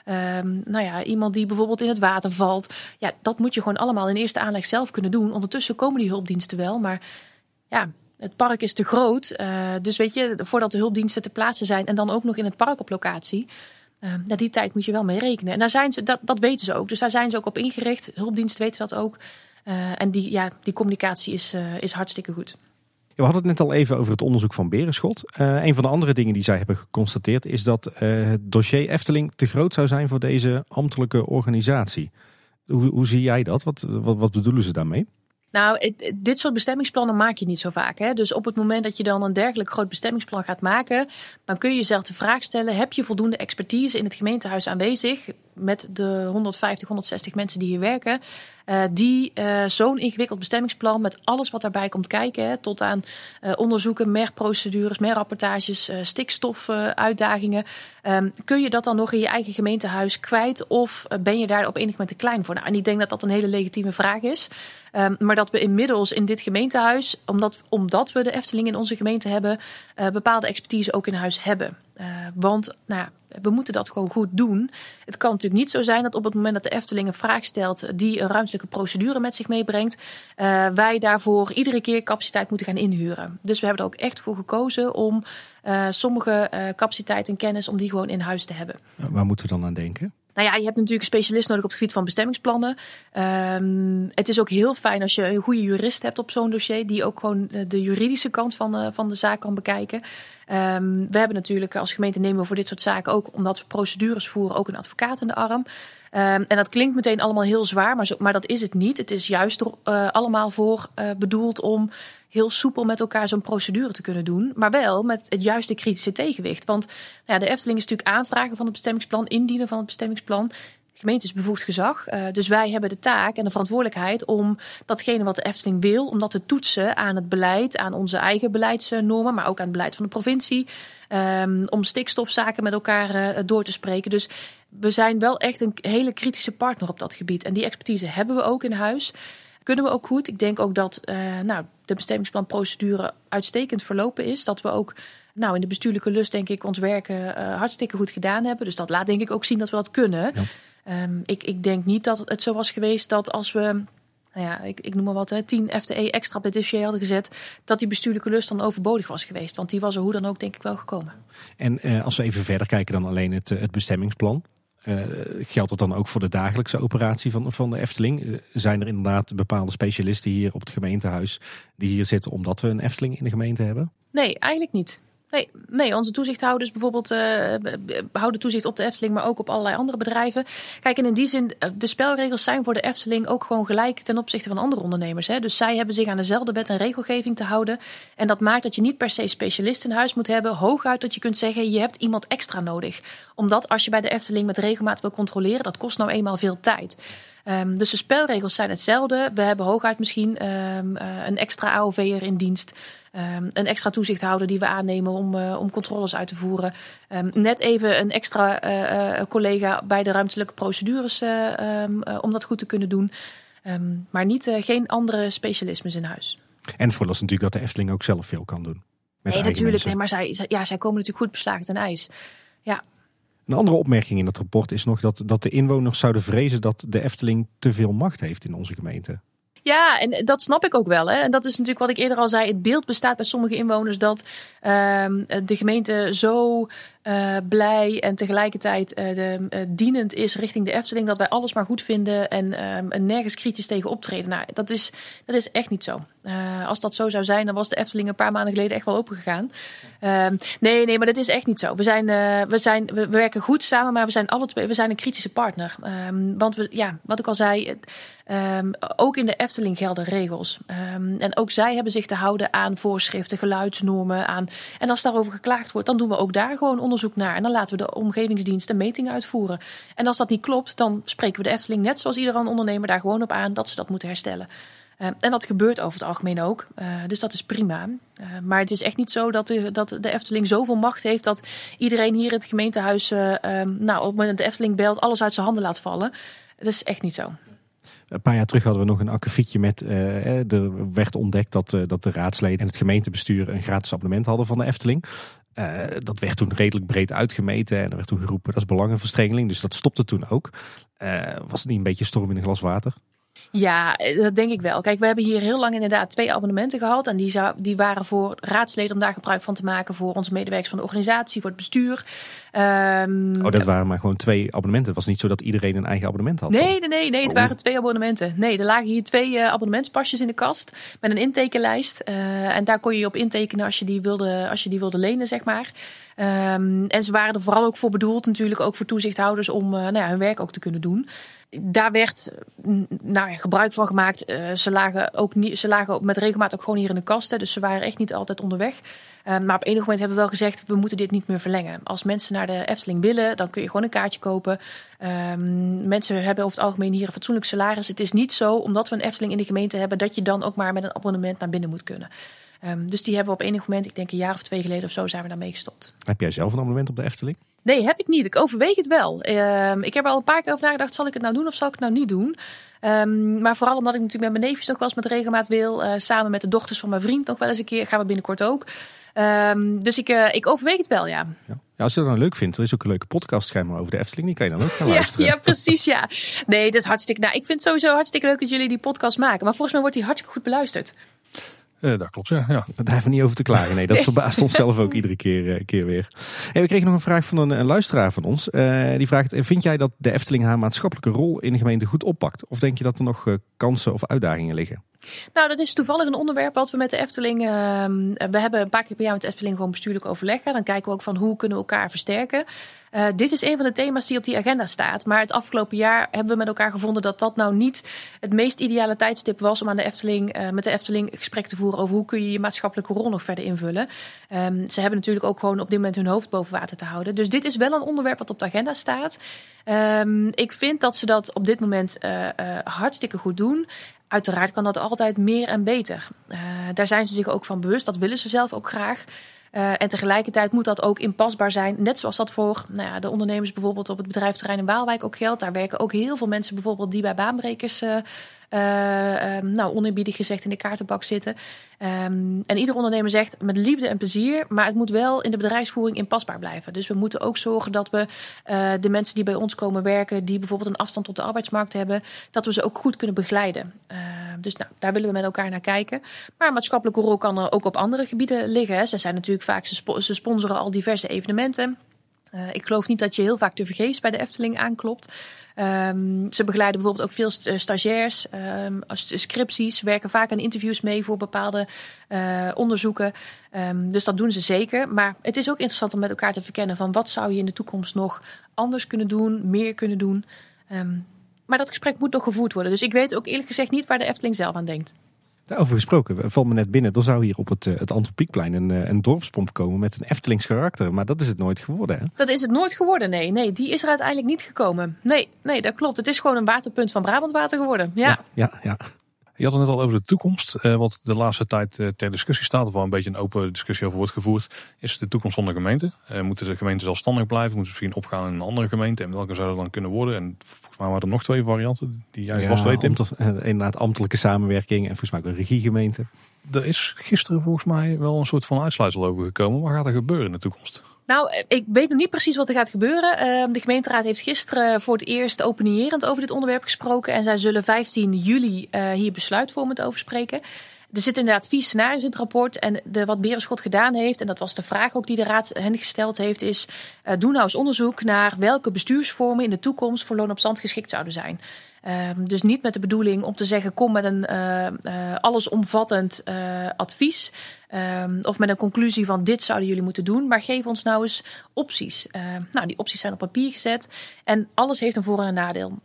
iemand die bijvoorbeeld in het water valt. Ja, dat moet je gewoon allemaal in eerste aanleg zelf kunnen doen. Ondertussen komen die hulpdiensten wel, maar ja, het park is te groot. Dus weet je, voordat de hulpdiensten ter plaatse zijn en dan ook nog in het park op locatie. Die tijd moet je wel mee rekenen. En daar zijn ze, dat weten ze ook. Dus daar zijn ze ook op ingericht. Hulpdiensten weten dat ook. En die communicatie is hartstikke goed. We hadden het net al even over het onderzoek van Berenschot. Een van de andere dingen die zij hebben geconstateerd is dat het dossier Efteling te groot zou zijn voor deze ambtelijke organisatie. Hoe zie jij dat? Wat bedoelen ze daarmee? Nou, dit soort bestemmingsplannen maak je niet zo vaak. Hè? Dus op het moment dat je dan een dergelijk groot bestemmingsplan gaat maken, dan kun je jezelf de vraag stellen, heb je voldoende expertise in het gemeentehuis aanwezig met de 150, 160 mensen die hier werken, die zo'n ingewikkeld bestemmingsplan met alles wat daarbij komt kijken, hè, tot aan onderzoeken, merprocedures, merrapportages, stikstofuitdagingen. Kun je dat dan nog in je eigen gemeentehuis kwijt of ben je daar op enig moment te klein voor? Nou, en ik denk dat dat een hele legitieme vraag is. Maar dat we inmiddels in dit gemeentehuis, omdat we de Efteling in onze gemeente hebben, bepaalde expertise ook in huis hebben. Want we moeten dat gewoon goed doen. Het kan natuurlijk niet zo zijn dat op het moment dat de Efteling een vraag stelt die een ruimtelijke procedure met zich meebrengt, wij daarvoor iedere keer capaciteit moeten gaan inhuren. Dus we hebben er ook echt voor gekozen om sommige capaciteit en kennis om die gewoon in huis te hebben. Waar moeten we dan aan denken? Nou ja, je hebt natuurlijk een specialist nodig op het gebied van bestemmingsplannen. Het is ook heel fijn als je een goede jurist hebt op zo'n dossier, die ook gewoon de juridische kant van de zaak kan bekijken. We hebben natuurlijk als gemeente nemen we voor dit soort zaken ook, omdat we procedures voeren, ook een advocaat in de arm. En dat klinkt meteen allemaal heel zwaar, maar dat is het niet. Het is juist allemaal voor bedoeld om heel soepel met elkaar zo'n procedure te kunnen doen. Maar wel met het juiste kritische tegenwicht. Want de Efteling is natuurlijk aanvragen van het bestemmingsplan, indienen van het bestemmingsplan. gemeente is bevoegd gezag. Dus wij hebben de taak en de verantwoordelijkheid om datgene wat de Efteling wil, om dat te toetsen aan het beleid, aan onze eigen beleidsnormen, maar ook aan het beleid van de provincie. Om stikstofzaken met elkaar door te spreken. Dus we zijn wel echt een hele kritische partner op dat gebied. En die expertise hebben we ook in huis. Kunnen we ook goed. Ik denk ook dat de bestemmingsplanprocedure uitstekend verlopen is. Dat we ook in de bestuurlijke lust denk ik ons werk hartstikke goed gedaan hebben. Dus dat laat denk ik ook zien dat we dat kunnen. Ja. Ik denk niet dat het zo was geweest dat als we, ik noem maar wat, 10 FTE extra op het dossier hadden gezet, dat die bestuurlijke lust dan overbodig was geweest. Want die was er hoe dan ook denk ik wel gekomen. En als we even verder kijken dan alleen het bestemmingsplan. Geldt dat dan ook voor de dagelijkse operatie van de Efteling? Zijn er inderdaad bepaalde specialisten hier op het gemeentehuis die hier zitten omdat we een Efteling in de gemeente hebben? Nee, eigenlijk niet. Nee, onze toezichthouders bijvoorbeeld houden toezicht op de Efteling, maar ook op allerlei andere bedrijven. Kijk, en in die zin, de spelregels zijn voor de Efteling ook gewoon gelijk ten opzichte van andere ondernemers. Hè. Dus zij hebben zich aan dezelfde wet en regelgeving te houden. En dat maakt dat je niet per se specialisten in huis moet hebben. Hooguit dat je kunt zeggen, je hebt iemand extra nodig. Omdat als je bij de Efteling met regelmaat wil controleren, dat kost nou eenmaal veel tijd. Dus de spelregels zijn hetzelfde. We hebben hooguit misschien een extra AOV'er in dienst. Een extra toezichthouder die we aannemen om controles uit te voeren. Net even een extra collega bij de ruimtelijke procedures om dat goed te kunnen doen. Maar geen andere specialismes in huis. En het voordeel is natuurlijk dat de Efteling ook zelf veel kan doen. Nee, natuurlijk. Nee, maar zij komen natuurlijk goed beslagen ten ijs. Ja. Een andere opmerking in het rapport is nog dat de inwoners zouden vrezen dat de Efteling te veel macht heeft in onze gemeente. Ja, en dat snap ik ook wel. Hè. En dat is natuurlijk wat ik eerder al zei. Het beeld bestaat bij sommige inwoners dat de gemeente zo blij en tegelijkertijd dienend is richting de Efteling, dat wij alles maar goed vinden en nergens kritisch tegen optreden. Nou, dat is echt niet zo. Als dat zo zou zijn, dan was de Efteling een paar maanden geleden echt wel open gegaan. Nee, maar dat is echt niet zo. We werken goed samen, maar we zijn een kritische partner. Want wat ik al zei, ook in de Efteling gelden regels. En ook zij hebben zich te houden aan voorschriften, geluidsnormen. En als daarover geklaagd wordt, dan doen we ook daar gewoon onderzoek naar. En dan laten we de omgevingsdienst een meting uitvoeren. En als dat niet klopt, dan spreken we de Efteling net zoals ieder andere ondernemer daar gewoon op aan dat ze dat moeten herstellen. En dat gebeurt over het algemeen ook. Dus dat is prima. Maar het is echt niet zo dat de Efteling zoveel macht heeft dat iedereen hier in het gemeentehuis op het moment de Efteling belt alles uit zijn handen laat vallen. Dat is echt niet zo. Een paar jaar terug hadden we nog een akkefietje met, er werd ontdekt dat de raadsleden en het gemeentebestuur een gratis abonnement hadden van de Efteling. Dat werd toen redelijk breed uitgemeten en er werd toen geroepen dat is belangenverstrengeling. Dus dat stopte toen ook. Was het niet een beetje storm in een glas water? Ja, dat denk ik wel. Kijk, we hebben hier heel lang inderdaad 2 abonnementen gehad. En die waren voor raadsleden om daar gebruik van te maken. Voor onze medewerkers van de organisatie, voor het bestuur. Dat waren maar gewoon 2 abonnementen. Het was niet zo dat iedereen een eigen abonnement had. Nee. Het waren 2 abonnementen. Nee, er lagen hier 2 abonnementspasjes in de kast. Met een intekenlijst. En daar kon je op intekenen als je die wilde lenen, zeg maar. En ze waren er vooral ook voor bedoeld, natuurlijk ook voor toezichthouders, om hun werk ook te kunnen doen. Daar werd gebruik van gemaakt. Ze lagen met regelmaat ook gewoon hier in de kast. Hè, dus ze waren echt niet altijd onderweg. Maar op enig moment hebben we wel gezegd, we moeten dit niet meer verlengen. Als mensen naar de Efteling willen, dan kun je gewoon een kaartje kopen. Mensen hebben over het algemeen hier een fatsoenlijk salaris. Het is niet zo, omdat we een Efteling in de gemeente hebben, dat je dan ook maar met een abonnement naar binnen moet kunnen. Dus die hebben we op enig moment, ik denk een jaar of 2 geleden of zo, zijn we daarmee gestopt. Heb jij zelf een abonnement op de Efteling? Nee, heb ik niet. Ik overweeg het wel. Ik heb er al een paar keer over nagedacht, zal ik het nou doen of zal ik het nou niet doen? Maar vooral omdat ik natuurlijk met mijn neefjes ook wel eens met regelmaat wil. Samen met de dochters van mijn vriend nog wel eens een keer. Gaan we binnenkort ook. Dus ik overweeg het wel, ja. Als je dat nou leuk vindt, er is ook een leuke podcast schijnbaar over de Efteling. Die kan je dan ook gaan luisteren. Ja, precies, ja. Nee, dat is hartstikke. Nou, ik vind het sowieso hartstikke leuk dat jullie die podcast maken. Maar volgens mij wordt die hartstikke goed beluisterd. Dat klopt, ja. Daar hebben we niet over te klagen. Nee, dat verbaast ons zelf ook iedere keer weer. Hey, we kregen nog een vraag van een luisteraar van ons. Die vraagt, vind jij dat de Efteling haar maatschappelijke rol in de gemeente goed oppakt? Of denk je dat er nog kansen of uitdagingen liggen? Nou, dat is toevallig een onderwerp wat we met de Efteling... we hebben een paar keer per jaar met de Efteling gewoon bestuurlijk overleggen. Dan kijken we ook van hoe kunnen we elkaar versterken. Dit is een van de thema's die op die agenda staat. Maar het afgelopen jaar hebben we met elkaar gevonden dat dat nou niet het meest ideale tijdstip was om aan de Efteling, met de Efteling gesprek te voeren over hoe kun je je maatschappelijke rol nog verder invullen. Ze hebben natuurlijk ook gewoon op dit moment hun hoofd boven water te houden. Dus dit is wel een onderwerp wat op de agenda staat. Ik vind dat ze dat op dit moment hartstikke goed doen. Uiteraard kan dat altijd meer en beter. Daar zijn ze zich ook van bewust. Dat willen ze zelf ook graag. En tegelijkertijd moet dat ook inpasbaar zijn. Net zoals dat voor de ondernemers bijvoorbeeld op het bedrijventerrein in Waalwijk ook geldt. Daar werken ook heel veel mensen bijvoorbeeld die bij baanbrekers oneerbiedig gezegd in de kaartenbak zitten. En ieder ondernemer zegt met liefde en plezier, maar het moet wel in de bedrijfsvoering inpasbaar blijven. Dus we moeten ook zorgen dat we de mensen die bij ons komen werken, die bijvoorbeeld een afstand tot de arbeidsmarkt hebben, dat we ze ook goed kunnen begeleiden. Dus daar willen we met elkaar naar kijken. Maar een maatschappelijke rol kan er ook op andere gebieden liggen. Hè. Ze zijn natuurlijk vaak, ze sponsoren al diverse evenementen. Ik geloof niet dat je heel vaak tevergeefs bij de Efteling aanklopt. Ze begeleiden bijvoorbeeld ook veel stagiairs, scripties, werken vaak aan interviews mee voor bepaalde onderzoeken. Dus dat doen ze zeker. Maar het is ook interessant om met elkaar te verkennen van wat zou je in de toekomst nog anders kunnen doen, meer kunnen doen. Maar dat gesprek moet nog gevoerd worden. Dus ik weet ook eerlijk gezegd niet waar de Efteling zelf aan denkt. Daarover gesproken, valt me net binnen. Er zou hier op het Antropiekplein een dorpspomp komen met een Eftelings karakter. Maar dat is het nooit geworden, hè? Dat is het nooit geworden, nee. Die is er uiteindelijk niet gekomen. Nee, dat klopt. Het is gewoon een waterpunt van Brabantwater geworden. Ja. Je had het net al over de toekomst. Wat de laatste tijd ter discussie staat, of wel een beetje een open discussie over wordt gevoerd, is de toekomst van de gemeente. Moeten de gemeenten zelfstandig blijven? Moeten ze misschien opgaan in een andere gemeente? En welke zou dat dan kunnen worden? En volgens mij waren er nog 2 varianten die jij vast weet, Tim. Inderdaad, ambtelijke samenwerking en volgens mij ook een regiegemeente. Er is gisteren volgens mij wel een soort van uitsluitsel over gekomen. Wat gaat er gebeuren in de toekomst? Nou, ik weet nog niet precies wat er gaat gebeuren. De gemeenteraad heeft gisteren voor het eerst openierend over dit onderwerp gesproken. En zij zullen 15 juli hier besluitvormend over spreken. Er zitten inderdaad 4 scenario's in het rapport. En wat Berenschot gedaan heeft, en dat was de vraag ook die de raad hen gesteld heeft, is doe nou eens onderzoek naar welke bestuursvormen in de toekomst voor Loon op Zand geschikt zouden zijn. Dus niet met de bedoeling om te zeggen kom met een allesomvattend advies. Of met een conclusie van dit zouden jullie moeten doen. Maar geef ons nou eens opties. Die opties zijn op papier gezet. En alles heeft een voor- en een nadeel.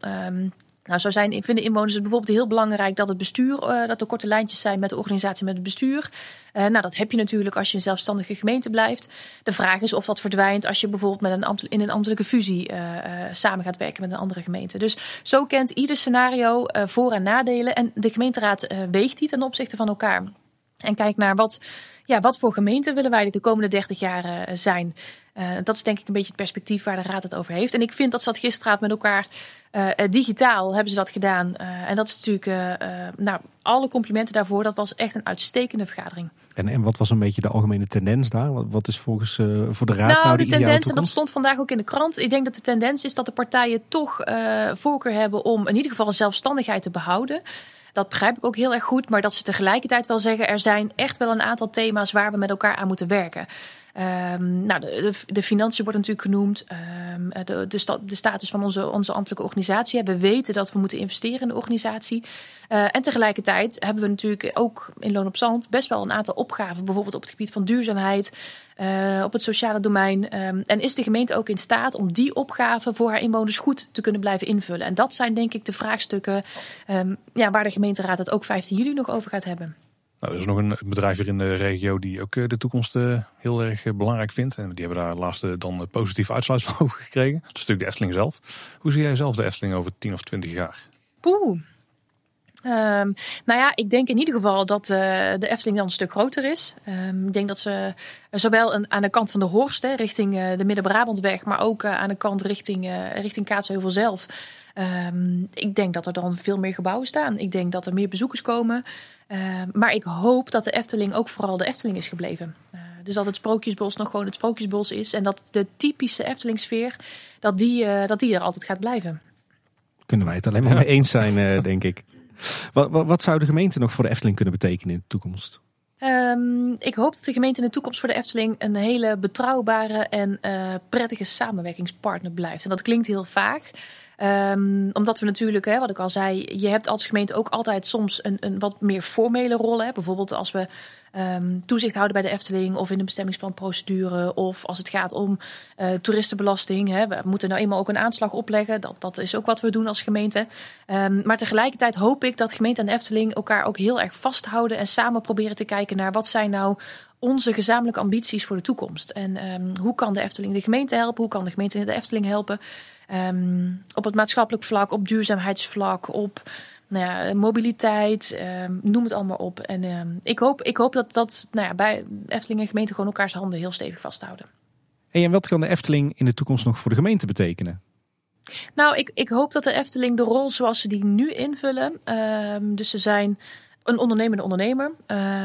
Vinden inwoners het bijvoorbeeld heel belangrijk dat het bestuur, dat er korte lijntjes zijn met de organisatie met het bestuur. Dat heb je natuurlijk als je een zelfstandige gemeente blijft. De vraag is of dat verdwijnt als je bijvoorbeeld in een ambtelijke fusie samen gaat werken met een andere gemeente. Dus zo kent ieder scenario voor- en nadelen. En de gemeenteraad weegt die ten opzichte van elkaar. En kijkt naar wat voor gemeente willen wij de komende 30 jaar zijn. Dat is denk ik een beetje het perspectief waar de raad het over heeft. En ik vind dat ze dat gisteravond met elkaar digitaal hebben ze dat gedaan. En dat is natuurlijk, alle complimenten daarvoor. Dat was echt een uitstekende vergadering. En wat was een beetje de algemene tendens daar? Wat is volgens voor de raad de tendens, en dat stond vandaag ook in de krant. Ik denk dat de tendens is dat de partijen toch voorkeur hebben om in ieder geval een zelfstandigheid te behouden. Dat begrijp ik ook heel erg goed. Maar dat ze tegelijkertijd wel zeggen, er zijn echt wel een aantal thema's waar we met elkaar aan moeten werken. De financiën wordt natuurlijk genoemd. De status van onze ambtelijke organisatie. We weten dat we moeten investeren in de organisatie. En tegelijkertijd hebben we natuurlijk ook in Loon op Zand best wel een aantal opgaven. Bijvoorbeeld op het gebied van duurzaamheid. Op het sociale domein. En is de gemeente ook in staat om die opgaven voor haar inwoners goed te kunnen blijven invullen. En dat zijn denk ik de vraagstukken waar de gemeenteraad het ook 15 juli nog over gaat hebben. Nou, er is nog een bedrijf hier in de regio die ook de toekomst heel erg belangrijk vindt. En die hebben daar laatst dan positief uitsluitsel over gekregen. Dat is natuurlijk de Efteling zelf. Hoe zie jij zelf de Efteling over 10 of 20 jaar? Ik denk in ieder geval dat de Efteling dan een stuk groter is. Ik denk dat ze zowel aan de kant van de Horst, richting de Midden-Brabantweg, maar ook aan de kant richting Kaatsheuvel zelf. Ik denk dat er dan veel meer gebouwen staan. Ik denk dat er meer bezoekers komen. Maar ik hoop dat de Efteling ook vooral de Efteling is gebleven. Dus dat het Sprookjesbos nog gewoon het Sprookjesbos is. En dat de typische Efteling-sfeer, dat die er altijd gaat blijven. Kunnen wij het alleen maar mee eens zijn, denk ik. Wat zou de gemeente nog voor de Efteling kunnen betekenen in de toekomst? Ik hoop dat de gemeente in de toekomst voor de Efteling een hele betrouwbare en prettige samenwerkingspartner blijft. En dat klinkt heel vaag. Omdat we natuurlijk, wat ik al zei, je hebt als gemeente ook altijd soms een wat meer formele rol. Hè. Bijvoorbeeld als we toezicht houden bij de Efteling of in de bestemmingsplanprocedure. Of als het gaat om toeristenbelasting. Hè. We moeten nou eenmaal ook een aanslag opleggen. Dat is ook wat we doen als gemeente. Maar tegelijkertijd hoop ik dat gemeente en Efteling elkaar ook heel erg vasthouden. En samen proberen te kijken naar wat zijn nou onze gezamenlijke ambities voor de toekomst. En hoe kan de Efteling de gemeente helpen? Hoe kan de gemeente de Efteling helpen? Op het maatschappelijk vlak, op duurzaamheidsvlak, op mobiliteit, noem het allemaal op. En ik hoop dat bij Efteling en gemeente gewoon elkaars handen heel stevig vasthouden. Hey, en wat kan de Efteling in de toekomst nog voor de gemeente betekenen? Nou, ik hoop dat de Efteling de rol zoals ze die nu invullen, dus ze zijn een ondernemende ondernemer,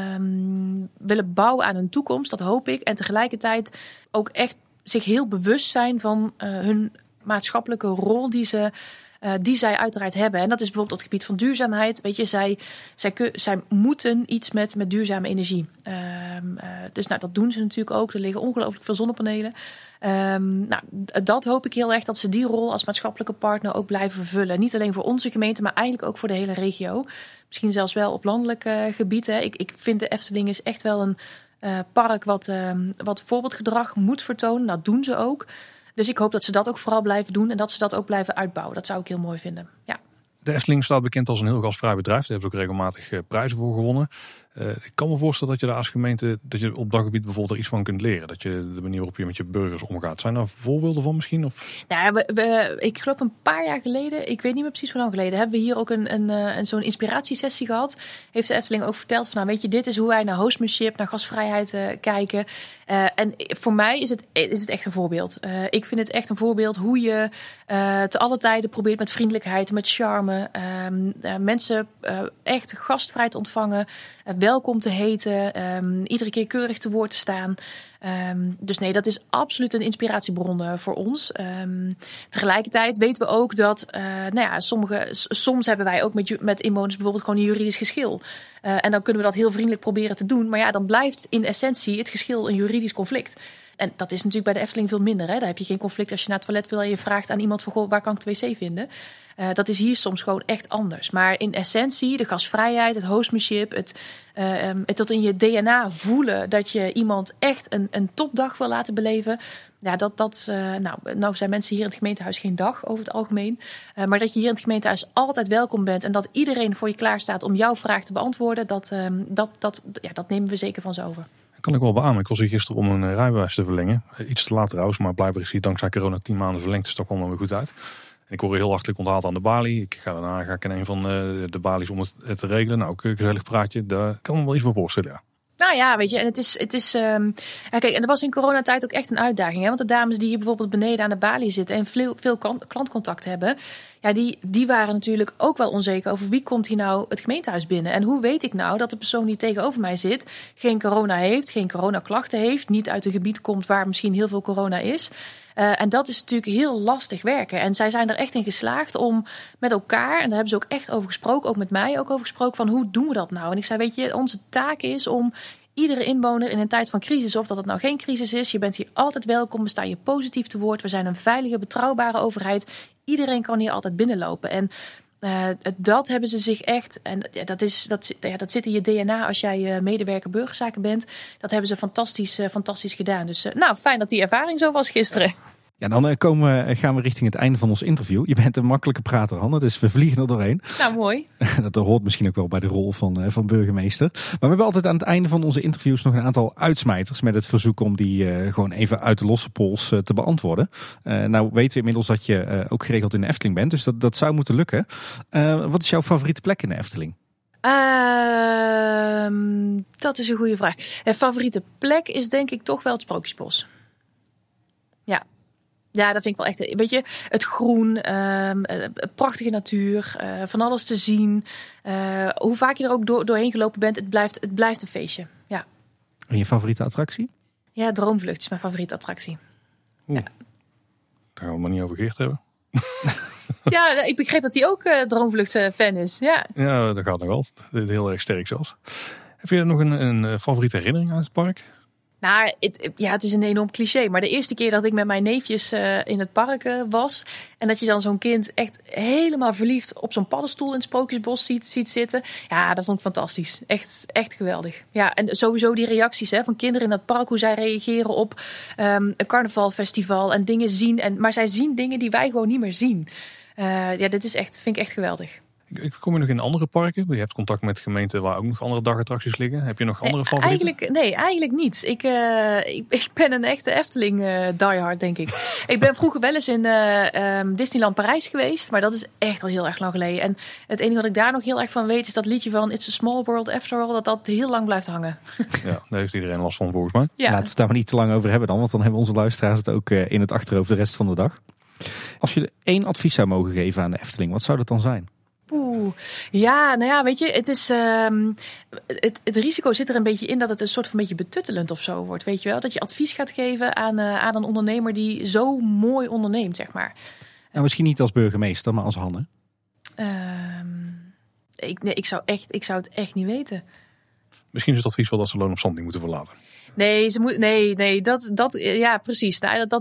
willen bouwen aan hun toekomst, dat hoop ik. En tegelijkertijd ook echt zich heel bewust zijn van hun maatschappelijke rol die zij uiteraard hebben. En dat is bijvoorbeeld op het gebied van duurzaamheid. Weet je, zij moeten iets met duurzame energie. Dus dat doen ze natuurlijk ook. Er liggen ongelooflijk veel zonnepanelen. Dat hoop ik heel erg, dat ze die rol als maatschappelijke partner ook blijven vervullen. Niet alleen voor onze gemeente, maar eigenlijk ook voor de hele regio. Misschien zelfs wel op landelijk gebied. Hè. Ik vind de Efteling is echt wel een park wat voorbeeldgedrag moet vertonen. Dat doen ze ook. Dus ik hoop dat ze dat ook vooral blijven doen en dat ze dat ook blijven uitbouwen. Dat zou ik heel mooi vinden. Ja. De Efteling staat bekend als een heel gastvrij bedrijf. Daar hebben ze ook regelmatig prijzen voor gewonnen. Ik kan me voorstellen dat je daar als gemeente, dat je op dat gebied bijvoorbeeld er iets van kunt leren. Dat je de manier waarop je met je burgers omgaat. Zijn daar voorbeelden van misschien? Of? Ja, ik geloof een paar jaar geleden, ik weet niet meer precies hoe lang geleden, hebben we hier ook zo'n inspiratiesessie gehad. Heeft de Efteling ook verteld van, weet je, dit is hoe wij naar hostmanship, naar gastvrijheid kijken. En voor mij is het echt een voorbeeld. Ik vind het echt een voorbeeld hoe je te alle tijden probeert met vriendelijkheid, met charme, mensen echt gastvrij te ontvangen, welkom te heten, iedere keer keurig te woord te staan. Dus nee, dat is absoluut een inspiratiebron voor ons. Tegelijkertijd weten we ook dat soms hebben wij ook met inwoners bijvoorbeeld gewoon een juridisch geschil. En dan kunnen we dat heel vriendelijk proberen te doen. Maar ja, dan blijft in essentie het geschil een juridisch conflict. En dat is natuurlijk bij de Efteling veel minder. Hè? Daar heb je geen conflict als je naar het toilet wil en je vraagt aan iemand van, goh, waar kan ik de wc vinden? Dat is hier soms gewoon echt anders. Maar in essentie, de gastvrijheid, het hostmanship, het tot in je DNA voelen dat je iemand echt een topdag wil laten beleven. Ja, nou zijn mensen hier in het gemeentehuis geen dag over het algemeen. Maar dat je hier in het gemeentehuis altijd welkom bent en dat iedereen voor je klaar staat om jouw vraag te beantwoorden, dat nemen we zeker van ze over. Kan ik wel beamen. Ik was hier gisteren om een rijbewijs te verlengen. Iets te laat trouwens, maar blijkbaar is hij dankzij corona 10 maanden verlengd. Dus dat kwam dan weer goed uit. En ik word heel hartelijk onthaald aan de balie. Daarna ga ik in een van de balies om het te regelen. Nou, ook een gezellig praatje. Daar kan me wel iets bij voorstellen, ja. Nou ja, weet je, en het is kijk, en dat was in coronatijd ook echt een uitdaging. Hè? Want de dames die hier bijvoorbeeld beneden aan de balie zitten en veel klantcontact hebben, ja, die waren natuurlijk ook wel onzeker over wie komt hier nou het gemeentehuis binnen. En hoe weet ik nou dat de persoon die tegenover mij zit geen corona heeft, geen coronaklachten heeft, niet uit een gebied komt waar misschien heel veel corona is. En dat is natuurlijk heel lastig werken. En zij zijn er echt in geslaagd om met elkaar, en daar hebben ze ook echt over gesproken, ook met mij ook over gesproken, van hoe doen we dat nou? En ik zei, weet je, onze taak is om iedere inwoner in een tijd van crisis, of dat het nou geen crisis is, je bent hier altijd welkom, we staan je positief te woord, we zijn een veilige, betrouwbare overheid. Iedereen kan hier altijd binnenlopen. En dat hebben ze zich echt, en dat zit in je DNA als jij medewerker burgerzaken bent. Dat hebben ze fantastisch gedaan. Dus fijn dat die ervaring zo was gisteren. Ja, dan gaan we richting het einde van ons interview. Je bent een makkelijke prater, Hanne, dus we vliegen er doorheen. Nou, mooi. Dat hoort misschien ook wel bij de rol van burgemeester. Maar we hebben altijd aan het einde van onze interviews nog een aantal uitsmijters met het verzoek om die gewoon even uit de losse pols te beantwoorden. Nou weten we inmiddels dat je ook geregeld in de Efteling bent, dus dat zou moeten lukken. Wat is jouw favoriete plek in de Efteling? Dat is een goede vraag. Favoriete plek is denk ik toch wel het Sprookjesbos. Ja. Ja, dat vind ik wel echt, weet je, het groen, prachtige natuur, van alles te zien. Hoe vaak je er ook doorheen gelopen bent, het blijft een feestje. Ja. En je favoriete attractie? Ja, Droomvlucht is mijn favoriete attractie. Ja. Daar gaan we maar niet over Geert hebben. Ja, ik begreep dat hij ook Droomvlucht fan is. Ja, dat gaat nog wel. Heel erg sterk zelfs. Heb je nog een favoriete herinnering aan het park? Nou, het is een enorm cliché. Maar de eerste keer dat ik met mijn neefjes in het park was. En dat je dan zo'n kind echt helemaal verliefd op zo'n paddenstoel in het Sprookjesbos ziet zitten. Ja, dat vond ik fantastisch. Echt geweldig. Ja, en sowieso die reacties van kinderen in dat park. Hoe zij reageren op een carnavalfestival en dingen zien. Maar zij zien dingen die wij gewoon niet meer zien. Dit vind ik echt geweldig. Kom je nog in andere parken? Je hebt contact met gemeenten waar ook nog andere dagattracties liggen. Heb je nog andere favorieten? Eigenlijk niet. Ik ben een echte Efteling diehard, denk ik. Ik ben vroeger wel eens in Disneyland Parijs geweest. Maar dat is echt al heel erg lang geleden. En het enige wat ik daar nog heel erg van weet is dat liedje van It's a Small World After All. Dat heel lang blijft hangen. Ja, daar heeft iedereen last van volgens mij. Ja. Laten we het daar maar niet te lang over hebben dan. Want dan hebben onze luisteraars het ook in het achterhoofd de rest van de dag. Als je 1 advies zou mogen geven aan de Efteling, wat zou dat dan zijn? Weet je, het is het risico zit er een beetje in dat het een soort van beetje betuttelend of zo wordt, weet je wel? Dat je advies gaat geven aan een ondernemer die zo mooi onderneemt, zeg maar. Nou, misschien niet als burgemeester, maar als Hanne. Ik zou het echt niet weten. Misschien is het advies wel dat ze Loon op Zand niet moeten verlaten. Precies.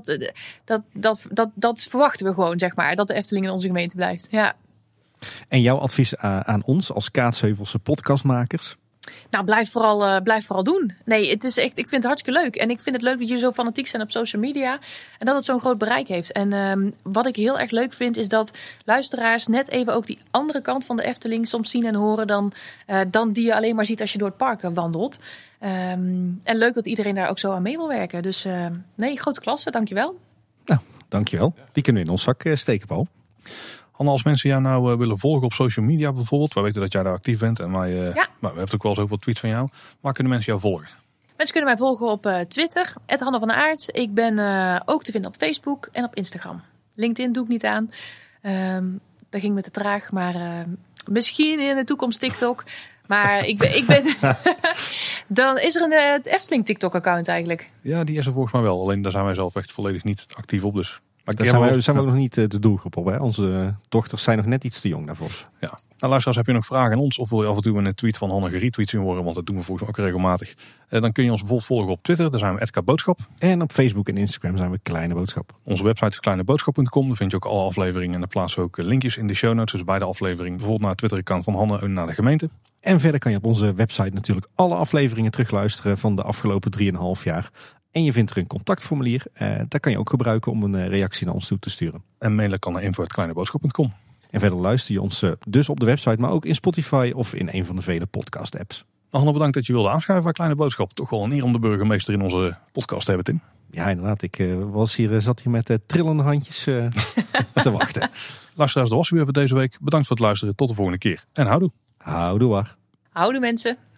Dat verwachten we gewoon, zeg maar, dat de Efteling in onze gemeente blijft. Ja. En jouw advies aan ons als Kaatsheuvel'se podcastmakers? Nou, blijf vooral doen. Nee, het is echt, ik vind het hartstikke leuk. En ik vind het leuk dat jullie zo fanatiek zijn op social media. En dat het zo'n groot bereik heeft. En wat ik heel erg leuk vind is dat luisteraars net even ook die andere kant van de Efteling soms zien en horen dan die je alleen maar ziet als je door het park wandelt. En leuk dat iedereen daar ook zo aan mee wil werken. Dus grote klasse, dankjewel. Nou, dankjewel. Die kunnen we in ons zak steken, Paul. Hanne, als mensen jou nou willen volgen op social media bijvoorbeeld. We weten dat jij daar actief bent. En maar we hebben ook wel zoveel tweets van jou. Waar kunnen mensen jou volgen? Mensen kunnen mij volgen op Twitter, @Hanne van der Aert. Ik ben ook te vinden op Facebook en op Instagram. LinkedIn doe ik niet aan. Dat ging me te traag. Maar misschien in de toekomst TikTok. Maar ik ben dan is er een Efteling TikTok-account eigenlijk. Ja, die is er volgens mij wel. Alleen daar zijn wij zelf echt volledig niet actief op. Dus. Daar zijn we ook nog niet de doelgroep op. Hè? Onze dochters zijn nog net iets te jong daarvoor. Ja. Nou, luisteraars, heb je nog vragen aan ons? Of wil je af en toe een tweet van Hanne geretweet zien worden? Want dat doen we volgens mij ook regelmatig. Dan kun je ons bijvoorbeeld volgen op Twitter. Daar zijn we @KBoodschap. En op Facebook en Instagram zijn we Kleine Boodschap. Onze website is kleineboodschap.com. Daar vind je ook alle afleveringen. En daar plaatsen we ook linkjes in de show notes. Dus bij de aflevering bijvoorbeeld naar het Twitter-account van Hanne en naar de gemeente. En verder kan je op onze website natuurlijk alle afleveringen terugluisteren van de afgelopen 3,5 jaar. En je vindt er een contactformulier. Dat kan je ook gebruiken om een reactie naar ons toe te sturen. En mailen kan naar info@kleineboodschap.com. En verder luister je ons dus op de website, maar ook in Spotify of in een van de vele podcast apps. Hanne, bedankt dat je wilde aanschuiven bij Kleine Boodschap. Toch wel een eer om de burgemeester in onze podcast te hebben, Tim. Ja, inderdaad. Ik zat hier met trillende handjes te wachten. Luisteraars, dat was weer voor deze week. Bedankt voor het luisteren. Tot de volgende keer. En houdoe. Houdoe waar. Houdoe mensen.